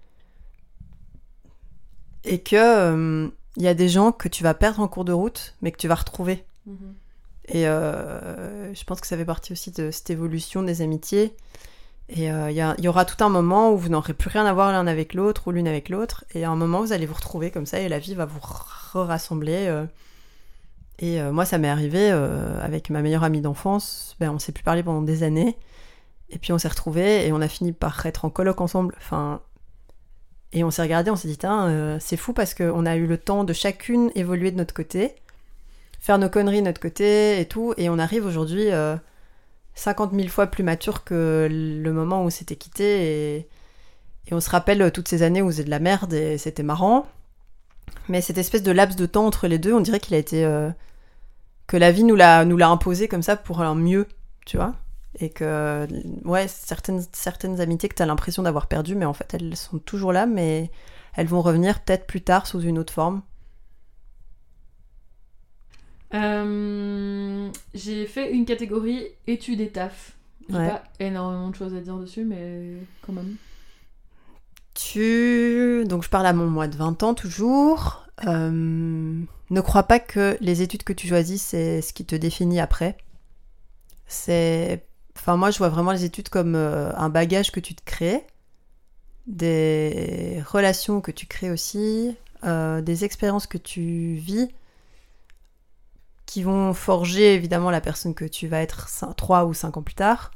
Et que euh, y a des gens que tu vas perdre en cours de route, mais que tu vas retrouver. Mm-hmm. Et euh, je pense que ça fait partie aussi de cette évolution des amitiés. Et il euh, y, y aura tout un moment où vous n'aurez plus rien à voir l'un avec l'autre ou l'une avec l'autre. Et à un moment, vous allez vous retrouver comme ça et la vie va vous rassembler. Euh. Et euh, moi, ça m'est arrivé euh, avec ma meilleure amie d'enfance. Ben, on ne s'est plus parlé pendant des années. Et puis on s'est retrouvés et on a fini par être en coloc ensemble. Enfin, et on s'est regardé, on s'est dit, euh, c'est fou parce qu'on a eu le temps de chacune évoluer de notre côté, faire nos conneries de notre côté et tout, et on arrive aujourd'hui euh, cinquante mille fois plus mature que le moment où on s'était quittés, et, et on se rappelle toutes ces années où on faisait de la merde et c'était marrant, mais cette espèce de laps de temps entre les deux, on dirait qu'il a été... Euh, que la vie nous l'a, nous l'a imposé comme ça pour un mieux, tu vois, et que, ouais, certaines, certaines amitiés que t'as l'impression d'avoir perdues, mais en fait elles sont toujours là, mais elles vont revenir peut-être plus tard sous une autre forme. Euh, j'ai fait une catégorie études et taf. J'ai ouais. pas énormément de choses à dire dessus, mais quand même. tu... Donc je parle à mon moi de vingt ans toujours. Euh, ne crois pas que les études que tu choisis, c'est ce qui te définit après. C'est... Enfin, moi, je vois vraiment les études comme euh, un bagage que tu te crées, des relations que tu crées aussi, euh, des expériences que tu vis, qui vont forger évidemment la personne que tu vas être trois ou cinq ans plus tard.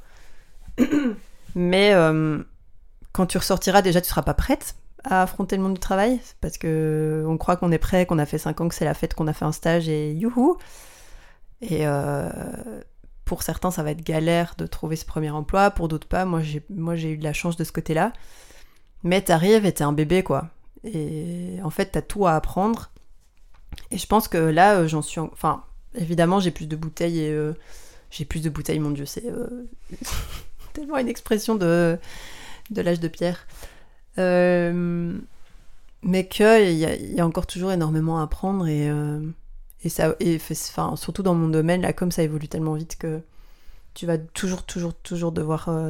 Mais euh, quand tu ressortiras, déjà, tu ne seras pas prête à affronter le monde du travail, parce qu'on croit qu'on est prêt, qu'on a fait cinq ans, que c'est la fête, qu'on a fait un stage et youhou. Et euh, pour certains, ça va être galère de trouver ce premier emploi, pour d'autres pas. Moi, j'ai, moi, j'ai eu de la chance de ce côté-là. Mais t'arrives et t'es un bébé, quoi. Et en fait, t'as tout à apprendre. Et je pense que là, euh, j'en suis... En... Enfin, évidemment, j'ai plus de bouteilles et... Euh... J'ai plus de bouteilles, mon Dieu, c'est euh... tellement une expression de, de l'âge de pierre. Euh... Mais qu'il y, y a encore toujours énormément à apprendre et... Euh... Et ça, et, enfin, surtout dans mon domaine, là, comme ça évolue tellement vite que tu vas toujours, toujours, toujours devoir euh,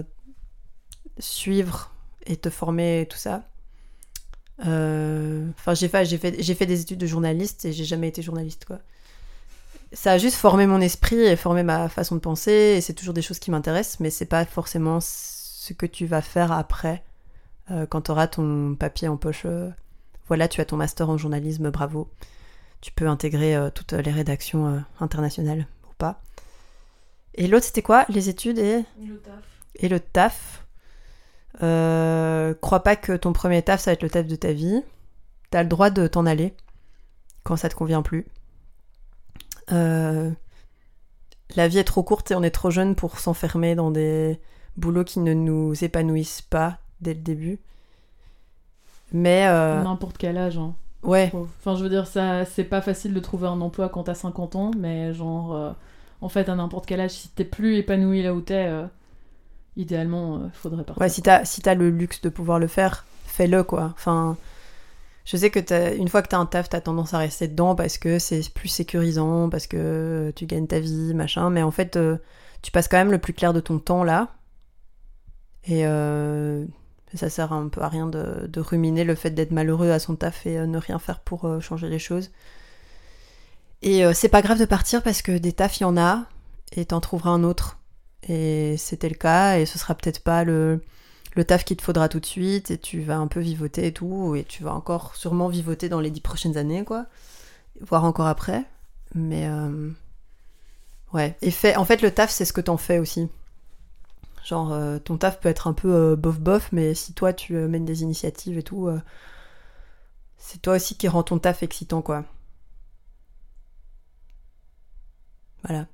suivre et te former et tout ça. Euh, enfin, j'ai fait, j'ai fait, j'ai fait des études de journaliste et j'ai jamais été journaliste, quoi. Ça a juste formé mon esprit et formé ma façon de penser et c'est toujours des choses qui m'intéressent, mais c'est pas forcément ce que tu vas faire après euh, quand tu auras ton papier en poche. Euh, voilà, tu as ton master en journalisme, bravo. Tu peux intégrer euh, toutes les rédactions euh, internationales ou pas. Et l'autre, c'était quoi? Les études et... Et le taf. Et le taf. Euh, crois pas que ton premier taf, ça va être le taf de ta vie. T'as le droit de t'en aller quand ça te convient plus. Euh, la vie est trop courte et on est trop jeune pour s'enfermer dans des boulots qui ne nous épanouissent pas dès le début. Mais... Euh... N'importe quel âge, hein. Ouais. Enfin, je veux dire, ça, c'est pas facile de trouver un emploi quand t'as cinquante ans, mais genre, euh, en fait, à n'importe quel âge, si t'es plus épanoui là où t'es, euh, idéalement, euh, faudrait partir. Ouais, si t'as, si t'as le luxe de pouvoir le faire, fais-le, quoi. Enfin, je sais que t'as, une fois que t'as un taf, t'as tendance à rester dedans parce que c'est plus sécurisant, parce que tu gagnes ta vie, machin, mais en fait, euh, tu passes quand même le plus clair de ton temps là. Et... Euh... ça sert un peu à rien de, de ruminer le fait d'être malheureux à son taf et euh, ne rien faire pour euh, changer les choses. Et euh, c'est pas grave de partir parce que des tafs, il y en a, et t'en trouveras un autre. Et c'était le cas, et ce sera peut-être pas le, le taf qu'il te faudra tout de suite, et tu vas un peu vivoter et tout, et tu vas encore sûrement vivoter dans les dix prochaines années, quoi. Voire encore après. Mais euh... ouais. Et fait, en fait, le taf, c'est ce que t'en fais aussi. Genre, euh, ton taf peut être un peu euh, bof-bof, mais si toi, tu euh, mènes des initiatives et tout, euh, c'est toi aussi qui rend ton taf excitant, quoi. Voilà.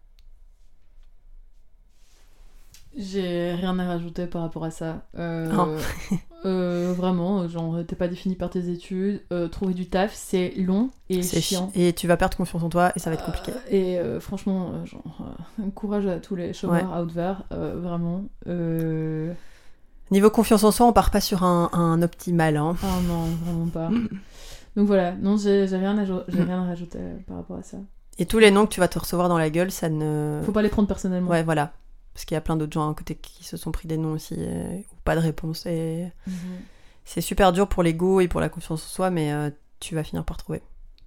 J'ai rien à rajouter par rapport à ça. Euh, Non. euh, vraiment, genre, t'es pas défini par tes études. Euh, trouver du taf, c'est long et C'est chiant. chi- et tu vas perdre confiance en toi et ça va être compliqué. Euh, et euh, franchement, euh, genre, euh, courage à tous les chômeurs Ouais. out there, euh, vraiment. Euh... Niveau confiance en soi, on part pas sur un, un optimal, hein. Oh non, vraiment pas. Donc voilà, non, j'ai, j'ai, rien, à, j'ai rien à rajouter par rapport à ça. Et tous les noms que tu vas te recevoir dans la gueule, ça ne... Faut pas les prendre personnellement. Ouais, voilà. Parce qu'il y a plein d'autres gens à côté qui se sont pris des noms aussi, euh, ou pas de réponse. Et... Mm-hmm. C'est super dur pour l'ego et pour la confiance en soi, mais euh, tu vas finir par trouver.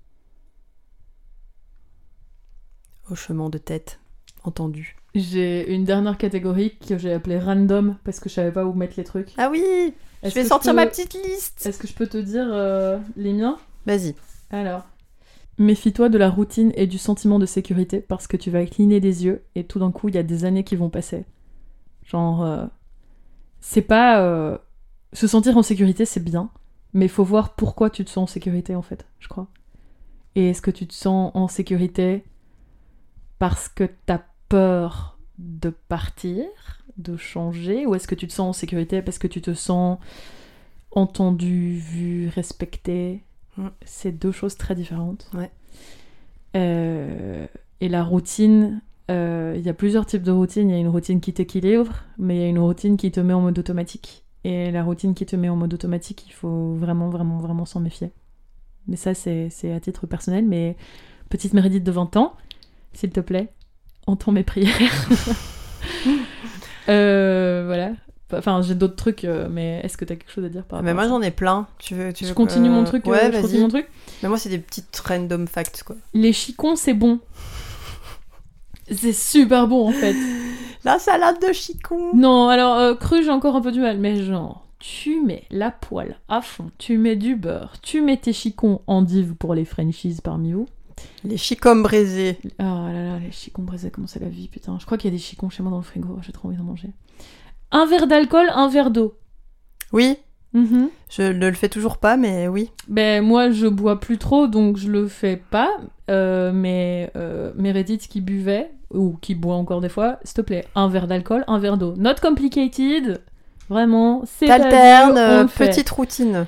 Hochement de tête, entendu. J'ai une dernière catégorie que j'ai appelée random, parce que je savais pas où mettre les trucs. Ah oui! Est-ce Je vais que sortir je peux... ma petite liste! Est-ce que je peux te dire euh, les miens? Vas-y. Alors... Méfie-toi de la routine et du sentiment de sécurité parce que tu vas cligner des yeux et tout d'un coup il y a des années qui vont passer. Genre, euh, c'est pas... Euh, se sentir en sécurité c'est bien, mais il faut voir pourquoi tu te sens en sécurité en fait, je crois. Et est-ce que tu te sens en sécurité parce que t'as peur de partir, de changer, ou est-ce que tu te sens en sécurité parce que tu te sens entendu, vu, respecté? Mm. C'est deux choses très différentes. Ouais. Euh, et la routine, il euh, y a plusieurs types de routines. Il y a une routine qui t'équilibre, mais il y a une routine qui te met en mode automatique. Et la routine qui te met en mode automatique, il faut vraiment, vraiment, vraiment s'en méfier. Mais ça, c'est, c'est à titre personnel. Mais petite Meredith de vingt ans, s'il te plaît, entends mes prières. euh, voilà. Enfin, j'ai d'autres trucs, euh, mais est-ce que t'as quelque chose à dire par rapport Mais moi à ça? j'en ai plein. Tu veux, tu veux Je continue que... mon truc. Ouais, euh, je vas-y. continue mon truc. Mais moi c'est des petites random facts quoi. Les chicons, c'est bon. C'est super bon en fait. La salade de chicon. Non, alors euh, cru, j'ai encore un peu du mal, mais genre, tu mets la poêle à fond, tu mets du beurre, tu mets tes chicons endives pour les Frenchies parmi vous. Les chicoms braisés. Oh là là, les chicons braisés, comment c'est la vie, putain. Je crois qu'il y a des chicons chez moi dans le frigo, j'ai trop envie d'en manger. Un verre d'alcool, un verre d'eau. Oui. Mm-hmm. Je ne le fais toujours pas, mais oui. Ben moi je bois plus trop donc je le fais pas, euh, mais euh, Meredith qui buvait, ou qui boit encore des fois, s'il te plaît, un verre d'alcool, un verre d'eau. Not complicated, vraiment, c'est T'alternes, à dire, on le fait. petite routine.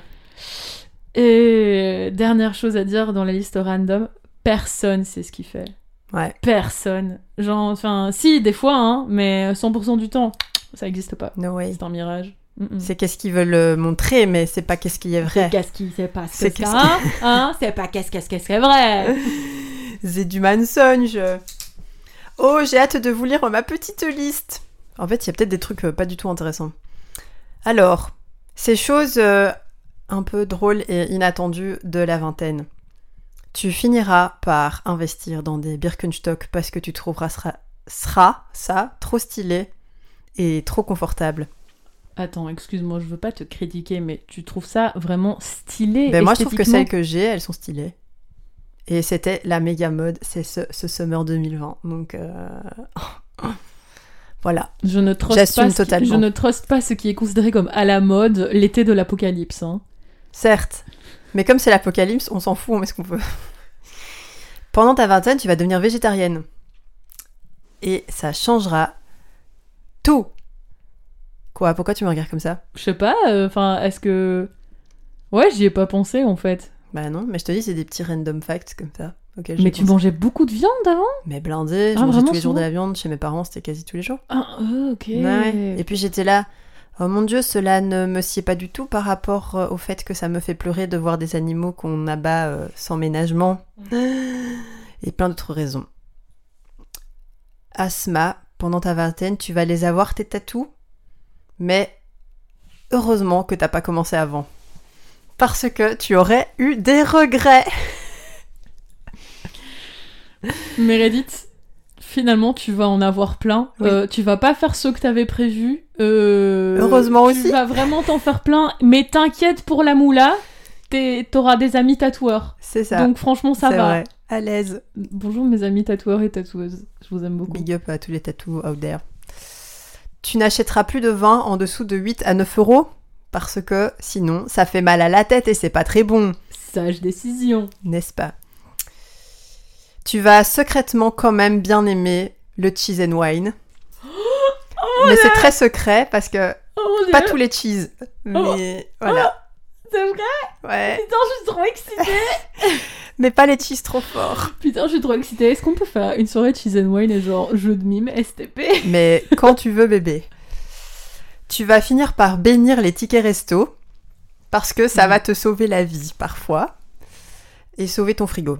Et dernière chose à dire dans la liste random, personne sait ce qu'il fait. Ouais. Personne. Genre, enfin, si, des fois, hein, mais cent pour cent du temps, ça n'existe pas. No way. C'est un mirage. Mm-mm. C'est qu'est-ce qu'ils veulent montrer, mais c'est pas qu'est-ce qui est vrai. C'est qu'est-ce qui c'est pas ce C'est que qu'est-ce ça, hein, hein, c'est pas qu'est-ce qu'est-ce qu'est-ce c'est vrai. C'est du mensonge. Oh, j'ai hâte de vous lire ma petite liste. En fait, il y a peut-être des trucs euh, pas du tout intéressants. Alors, ces choses euh, un peu drôles et inattendues de la vingtaine. Tu finiras par investir dans des Birkenstock parce que tu trouveras sera, sera ça trop stylé et trop confortable. Attends, excuse-moi, je veux pas te critiquer, mais tu trouves ça vraiment stylé? Ben moi, je trouve que esthétiquement celles que j'ai, elles sont stylées. Et c'était la méga mode, c'est ce, ce summer deux mille vingt. Donc, euh... voilà. Je ne trust J'assume pas ce qui- totalement. je ne trust pas ce qui est considéré comme à la mode l'été de l'apocalypse. Hein. Certes. Mais comme c'est l'apocalypse, on s'en fout, on met ce qu'on veut. Pendant ta vingtaine, tu vas devenir végétarienne. Et ça changera tout. Quoi? Pourquoi tu me regardes comme ça? Je sais pas, enfin, est-ce que... Ouais, j'y ai pas pensé, en fait. Bah non, mais je te dis, c'est des petits random facts comme ça. auxquels j'ai Mais tu pensé. mangeais beaucoup de viande avant? Mais blindé, je Ah, mangeais vraiment tous les jours de souvent la viande. Chez mes parents, c'était quasi tous les jours. Ah, euh, ok. Ouais. Et puis j'étais là, oh mon Dieu, cela ne me sied pas du tout par rapport euh, au fait que ça me fait pleurer de voir des animaux qu'on abat euh, sans ménagement. Et plein d'autres raisons. Asma, pendant ta vingtaine, tu vas les avoir, tes tatous. Mais heureusement que t'as pas commencé avant. Parce que tu aurais eu des regrets. Meredith, finalement, tu vas en avoir plein. Oui. Euh, tu vas pas faire ceux que t'avais prévus. Euh, Heureusement tu aussi. Tu vas vraiment t'en faire plein. Mais t'inquiète pour la moula, t'es- t'auras des amis tatoueurs. C'est ça. Donc franchement, ça c'est va. vrai. À l'aise. Bonjour mes amis tatoueurs et tatoueuses. Je vous aime beaucoup. Big up à tous les tatous out there. Tu n'achèteras plus de vin en dessous de huit à neuf euros. Parce que sinon, ça fait mal à la tête et c'est pas très bon. Sage décision. N'est-ce pas? Tu vas secrètement quand même bien aimer le cheese and wine. Oh, mais c'est très secret parce que Oh mon pas Dieu. tous les cheese. Mais voilà. C'est vrai? Ouais. Putain, je suis trop excitée. Mais pas les cheese trop forts. Putain, je suis trop excitée. Est-ce qu'on peut faire une soirée de cheese and wine et genre jeu de mime S T P? Mais quand tu veux, bébé. Tu vas finir par bénir les tickets resto parce que ça Mm. va te sauver la vie parfois et sauver ton frigo.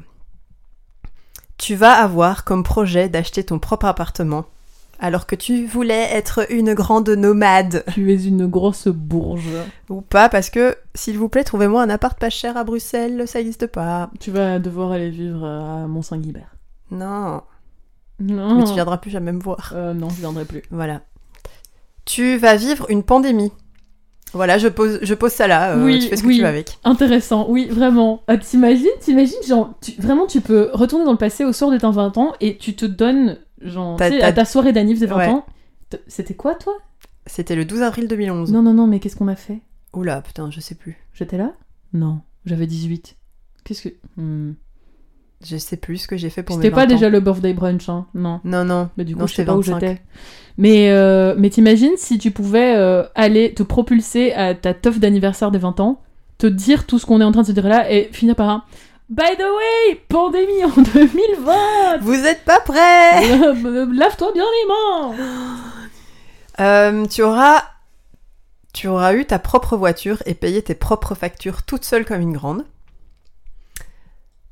Tu vas avoir comme projet d'acheter ton propre appartement alors que tu voulais être une grande nomade. Tu es une grosse bourge. Ou pas, parce que, s'il vous plaît, trouvez-moi un appart pas cher à Bruxelles, ça n'existe pas. Tu vas devoir aller vivre à Mont-Saint-Guibert. Non, Non. mais tu viendras plus jamais me voir. Euh, non, je viendrai plus. Voilà. Tu vas vivre une pandémie. Voilà, je pose, je pose ça là, euh, Oui, tu fais ce oui. que tu veux avec. Intéressant, oui, vraiment. Ah, t'imagines, t'imagines, genre, tu- vraiment, tu peux retourner dans le passé au soir de tes vingt ans et tu te donnes, genre, T'as- tu sais, t'as- à ta soirée d'anniv de vingt Ouais. ans. T- C'était quoi, toi? C'était le douze avril deux mille onze. Non, non, non, mais qu'est-ce qu'on a fait? Oula, putain, je sais plus. J'étais là? Non, j'avais dix-huit. Qu'est-ce que... Hmm. Je sais plus ce que j'ai fait pour mes C'était vingt pas ans. déjà le birthday brunch, hein, non. Non, non. Mais du coup, Non, je sais c'était pas où vingt-cinq. j'étais. Mais, euh, mais t'imagines si tu pouvais euh, aller te propulser à ta teuf d'anniversaire des vingt ans, te dire tout ce qu'on est en train de se dire là, et finir par un « By the way, pandémie en deux mille vingt. Vous êtes pas prêts? Lave-toi bien les mains. Euh, tu auras... Tu auras eu ta propre voiture et payé tes propres factures toute seule comme une grande.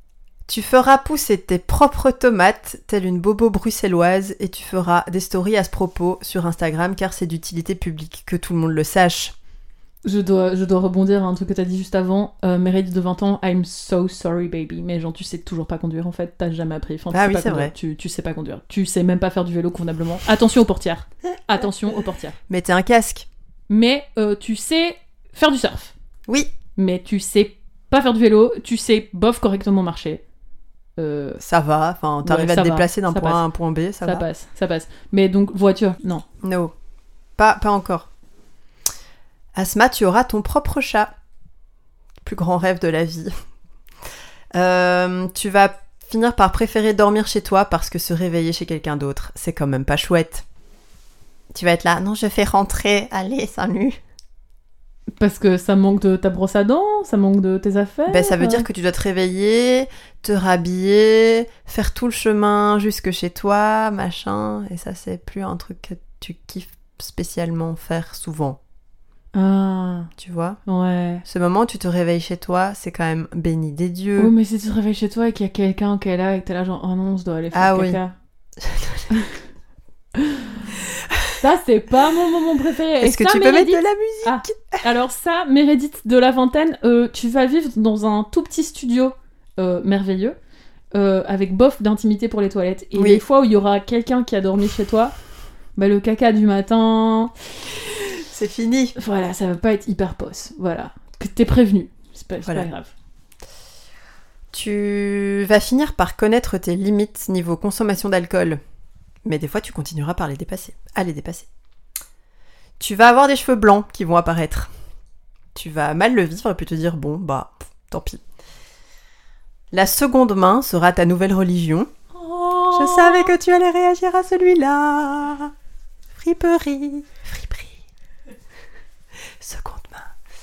Tu feras pousser tes propres tomates, telle une bobo bruxelloise, et tu feras des stories à ce propos sur Instagram, car c'est d'utilité publique, que tout le monde le sache. Je dois, je dois rebondir à un truc que t'as dit juste avant. Euh, Meredith de vingt ans, I'm so sorry baby. Mais genre, tu sais toujours pas conduire en fait, t'as jamais appris. Enfin, tu Ah sais oui, pas c'est conduire. vrai. Tu, tu sais pas conduire. Tu sais même pas faire du vélo convenablement. Attention aux portières. Attention aux portières. Mettez un casque. Mais euh, tu sais faire du surf. Oui. Mais tu sais pas faire du vélo, tu sais bof correctement marcher. Euh... Ça va, enfin, t'arrives Ouais, à te ça déplacer va, d'un ça point passe. A à un point B, ça, Ça va. passe, ça passe. Mais donc, voiture, non. No. Pas, pas encore. Asma, tu auras ton propre chat. Plus grand rêve de la vie. Euh, tu vas finir par préférer dormir chez toi parce que se réveiller chez quelqu'un d'autre, c'est quand même pas chouette. Tu vas être là, non, je fais rentrer, allez, salut. Parce que ça manque de ta brosse à dents, ça manque de tes affaires. Ben, ça veut dire que tu dois te réveiller, te rhabiller, faire tout le chemin jusque chez toi, machin. Et ça, c'est plus un truc que tu kiffes spécialement faire souvent. Ah, Tu vois ? ouais. Ce moment où tu te réveilles chez toi, c'est quand même béni des dieux. Oui, mais si tu te réveilles chez toi et qu'il y a quelqu'un qui est là et que t'es là genre, oh non, je dois aller faire Ah oui. caca. Ça, c'est pas mon moment préféré. Est-ce Et que ça, tu peux Meredith... mettre de la musique ? Ah, alors ça, Meredith de la vingtaine, euh, tu vas vivre dans un tout petit studio euh, merveilleux, euh, avec bof d'intimité pour les toilettes. Et Oui. les fois où il y aura quelqu'un qui a dormi chez toi, bah le caca du matin... C'est fini. Voilà, ça va pas être hyper posse. Voilà. Que t'es prévenu. C'est pas, c'est Voilà. pas grave. Tu vas finir par connaître tes limites niveau consommation d'alcool. Mais des fois, tu continueras par les dépasser, à les dépasser. Tu vas avoir des cheveux blancs qui vont apparaître. Tu vas mal le vivre et puis te dire, bon, bah, pff, tant pis. La seconde main sera ta nouvelle religion. Oh. Je savais que tu allais réagir à celui-là. Friperie, friperie. Seconde main.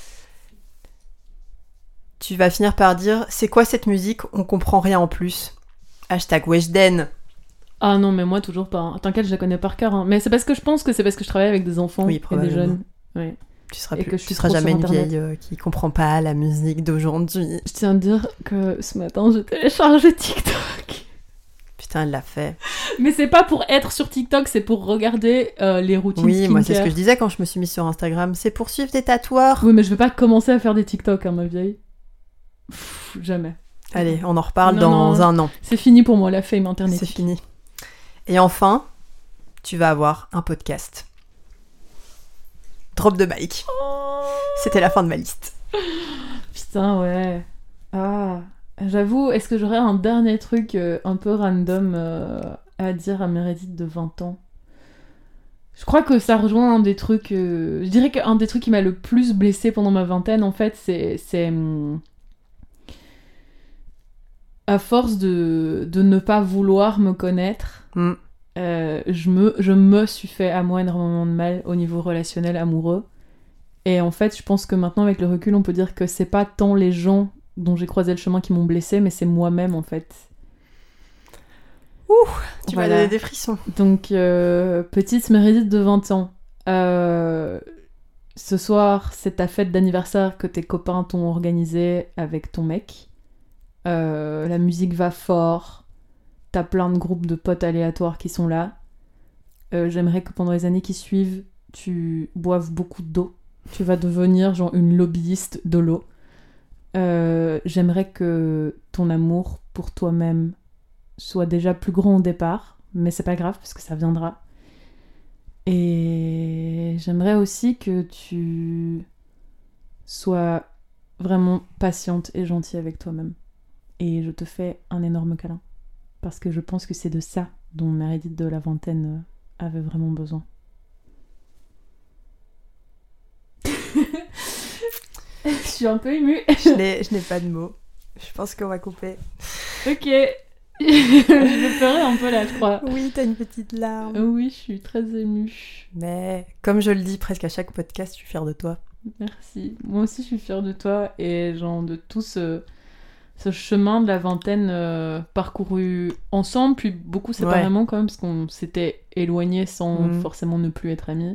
Tu vas finir par dire, c'est quoi cette musique ? On comprend rien en plus. Hashtag Weshden. Ah non, mais moi, toujours pas. hein. T'inquiète, je la connais par cœur. hein. Mais c'est parce que je pense que c'est parce que je travaille avec des enfants Oui, et des probablement. jeunes. Ouais. Tu seras, Et plus, que je tu suis seras trop jamais sur une Internet. vieille euh, qui comprend pas la musique d'aujourd'hui. Je tiens à te dire que ce matin, j'ai téléchargé TikTok. Putain, elle l'a fait. Mais c'est pas pour être sur TikTok, c'est pour regarder euh, les routines Oui, skincare. moi c'est ce que je disais quand je me suis mise sur Instagram. C'est pour suivre des tatoueurs. Oui, mais je vais pas commencer à faire des TikTok, hein, ma vieille. Pff, jamais. Allez, on en reparle Non, dans non. un an. C'est fini pour moi, la fame internet. C'est fini. Et enfin, tu vas avoir un podcast. Drop de mic. Oh. C'était la fin de ma liste. Putain, ouais. Ah, j'avoue, est-ce que j'aurais un dernier truc euh, un peu random euh, à dire à Meredith de vingt ans ? Je crois que ça rejoint un des trucs... euh, Je dirais qu'un des trucs qui m'a le plus blessée pendant ma vingtaine, en fait, c'est... c'est hum, à force de, de ne pas vouloir me connaître, Mm. euh, je, me, je me suis fait à moi énormément de mal au niveau relationnel, amoureux. Et en fait, je pense que maintenant, avec le recul, on peut dire que c'est pas tant les gens dont j'ai croisé le chemin qui m'ont blessée, mais c'est moi-même, en fait. Ouh, tu Voilà. m'as donné des frissons. Donc, euh, petite Meredith de vingt ans. Euh, ce soir, c'est ta fête d'anniversaire que tes copains t'ont organisée avec ton mec. Euh, la musique va fort. T'as plein de groupes de potes aléatoires qui sont là. Euh, j'aimerais que pendant les années qui suivent, tu boives beaucoup d'eau. Tu vas devenir genre une lobbyiste de l'eau. Euh, j'aimerais que ton amour pour toi-même soit déjà plus grand au départ, mais c'est pas grave parce que ça viendra. Et j'aimerais aussi que tu sois vraiment patiente et gentille avec toi-même. Et je te fais un énorme câlin. Parce que je pense que c'est de ça dont Meredith de la vingtaine avait vraiment besoin. Je suis un peu émue. Je n'ai, je n'ai pas de mots. Je pense qu'on va couper. Ok. Je vais pleurer un peu là, je crois. Oui, t'as une petite larme. Oui, je suis très émue. Mais comme je le dis presque à chaque podcast, je suis fière de toi. Merci. Moi aussi, je suis fière de toi et genre de tout ce, ce chemin de la vingtaine euh, parcouru ensemble, puis beaucoup séparément quand même, parce qu'on s'était éloignés sans Mmh. forcément ne plus être amis.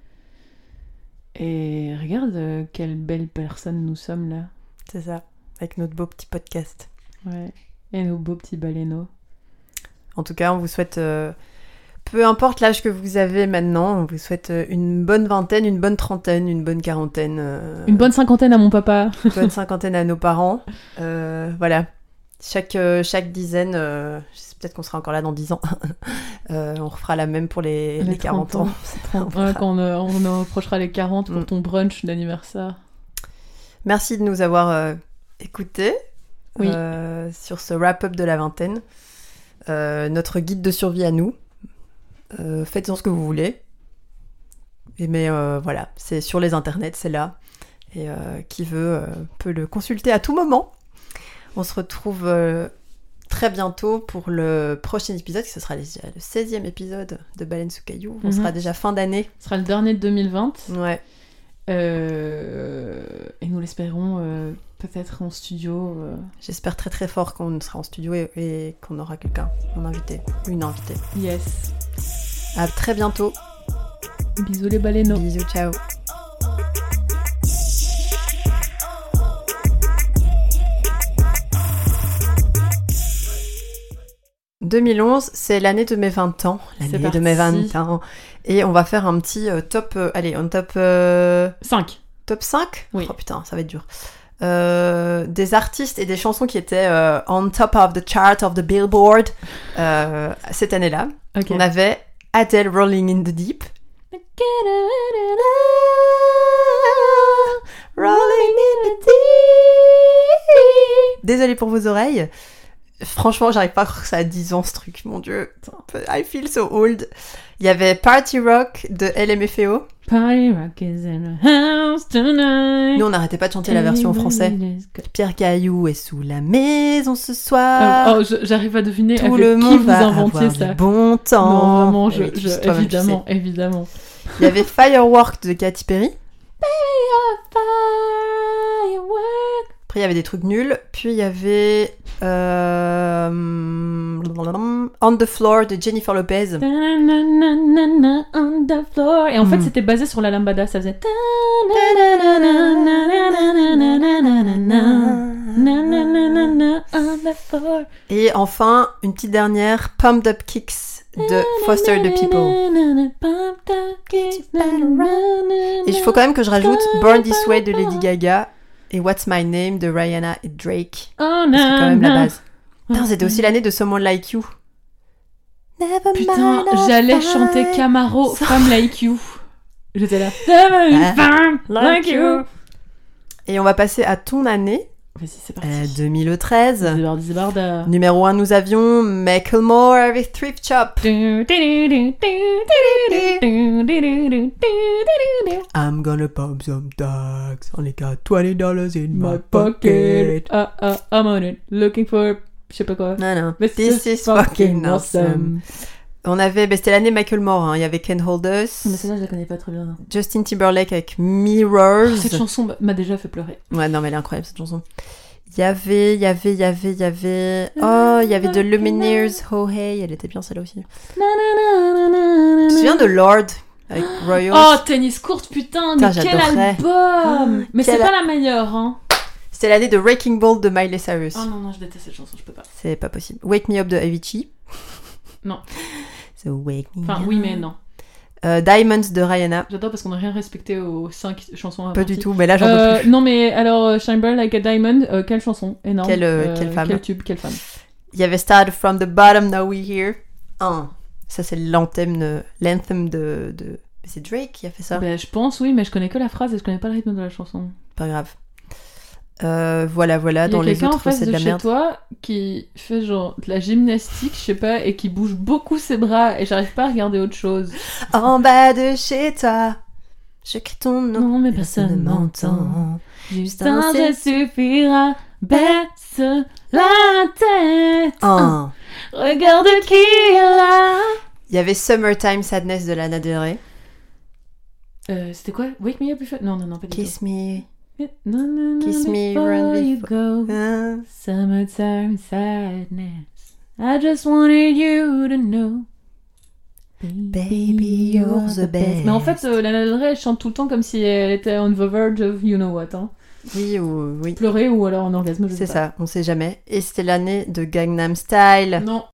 Et regarde euh, quelle belle personne nous sommes là. C'est ça, avec notre beau petit podcast. Ouais. Et nos beaux petits baleineaux. En tout cas, on vous souhaite, euh, peu importe l'âge que vous avez maintenant, on vous souhaite euh, une bonne vingtaine, une bonne trentaine, une bonne quarantaine. Euh, une bonne cinquantaine à mon papa. Une bonne cinquantaine à nos parents. Euh, voilà. Chaque, euh, chaque dizaine, euh, peut-être qu'on sera encore là dans dix ans, euh, on refera la même pour les, les, les quarante ans. trente Ouais, quand on, euh, on approchera les quarante pour mm. ton brunch d'anniversaire. Merci de nous avoir euh, écoutés oui. euh, sur ce wrap-up de la vingtaine. Euh, notre guide de survie à nous. Euh, faites-en ce que vous voulez. Et mais euh, voilà, c'est sur les internets, c'est là. Et euh, qui veut euh, peut le consulter à tout moment. On se retrouve euh, très bientôt pour le prochain épisode, qui ce sera le seizième épisode de Baleine sous caillou. On mm-hmm. sera déjà fin d'année. Ce sera le dernier de deux mille vingt. Ouais. Euh, et nous l'espérons euh, peut-être en studio. Euh... J'espère très très fort qu'on sera en studio et, et qu'on aura quelqu'un, un invité, une invitée. Yes. À très bientôt. Bisous les baleineaux. Bisous, ciao. deux mille onze, c'est l'année de mes vingt ans. L'année de mes vingt ans. Et on va faire un petit euh, top... Euh, allez, un top... Euh... cinq. Top cinq ? Oui. Oh putain, ça va être dur. Euh, des artistes et des chansons qui étaient euh, on top of the chart of the Billboard euh, cette année-là. Okay. On avait Adele, Rolling in the Deep. Rolling in the Deep. Désolée pour vos oreilles. Franchement, j'arrive pas à croire que ça a dix ans ce truc, mon dieu. I feel so old. Il y avait Party Rock de L M F A O. Party Rock is in the house tonight. Nous, on n'arrêtait pas de chanter la version en français. Pierre Caillou est sous la maison ce soir. Euh, oh, je, j'arrive à deviner tout avec le qui monde vous va inventiez avoir ça. Du bon temps. Non, vraiment, je, oui, je, évidemment, tu sais. évidemment. Il y avait Firework de Katy Perry. Firework. Après, il y avait des trucs nuls. Puis, il y avait euh... On the Floor de Jennifer Lopez. On the floor. Et en fait, mm. c'était basé sur la lambada. Ça faisait... Et enfin, une petite dernière, Pumped Up Kicks de Foster the People. Et il faut quand même que je rajoute Born This Way de Lady Gaga et What's My Name de Rihanna et Drake. Oh, c'est quand même la base. Putain, c'était aussi l'année de Someone Like You. Putain, j'allais chanter Camaro, Femme Like You. J'étais là. Femme Like You. Et on va passer à ton année. Vas-y, c'est parti. Euh, deux mille treize. Zibardi, zibarda. Numéro un, nous avions Macklemore avec Thrift Shop. I'm gonna pump some tags. Only got twenty dollars in my, my pocket. Ah, ah, I'm on it. Looking for... Je sais pas quoi. Non, non. This, This is fucking awesome. awesome. On avait... Bah, c'était l'année Macklemore. Hein. Il y avait Can't Hold Us. Mais celle-là, je la connais pas très bien. Justin Timberlake avec Mirrors. Oh, cette chanson m'a déjà fait pleurer. Ouais, non, mais elle est incroyable, cette chanson. Il y avait, il y avait, il y avait, il y avait... Oh, il y avait The Lumineers, Oh Hey. Elle était bien, celle-là aussi. Tu te souviens de Lord avec Royals? Oh, Tennis Court, putain, mais quel album. Oh, mais c'est a... pas la meilleure, hein. C'était l'année de Wrecking Ball de Miley Cyrus. Oh non, non, je déteste cette chanson, je peux pas. C'est pas possible. Wake Me Up de Avicii. Non. So wake me enfin, up. oui, mais non. Euh, Diamonds de Rihanna. J'adore parce qu'on n'a rien respecté aux cinq chansons avant. Pas du tout, mais là j'en peux euh, plus. Non, mais alors, Shine Bright Like a Diamond, euh, quelle chanson énorme. Quelle, euh, quelle femme. Quel tube, quelle femme. Il y avait Start From the Bottom, Now We Here. Un. Ça, c'est l'anthem de. L'anthem de. de... Mais c'est Drake qui a fait ça. Ben, je pense, oui, mais je connais que la phrase et je connais pas le rythme de la chanson. Pas grave. Euh, voilà, voilà, dans les autres, c'est de la merde. Il y a quelqu'un en face de chez toi qui fait genre de la gymnastique, je sais pas, et qui bouge beaucoup ses bras, et j'arrive pas à regarder autre chose. En bas de chez toi, je crie ton nom, non, mais personne ne m'entend. Juste un geste suffira, baisse la tête. Oh. Regarde qui est là. Il y avait Summertime Sadness de Lana Del Rey. Euh, c'était quoi? Wake Me Up Before... Non, non, non, pas du Kiss tout. Me... No, no, no, Kiss me, before run you before... go. Uh. Summertime sadness. I just wanted you to know. Baby, you're the best. Mais en fait, euh, Lana Del Rey chante tout le temps comme si elle était on the verge of you know what. Hein. Oui, ou... oui. Pleurer ou alors en orgasme, je sais C'est pas. ça, on sait jamais. Et c'était l'année de Gangnam Style. Non.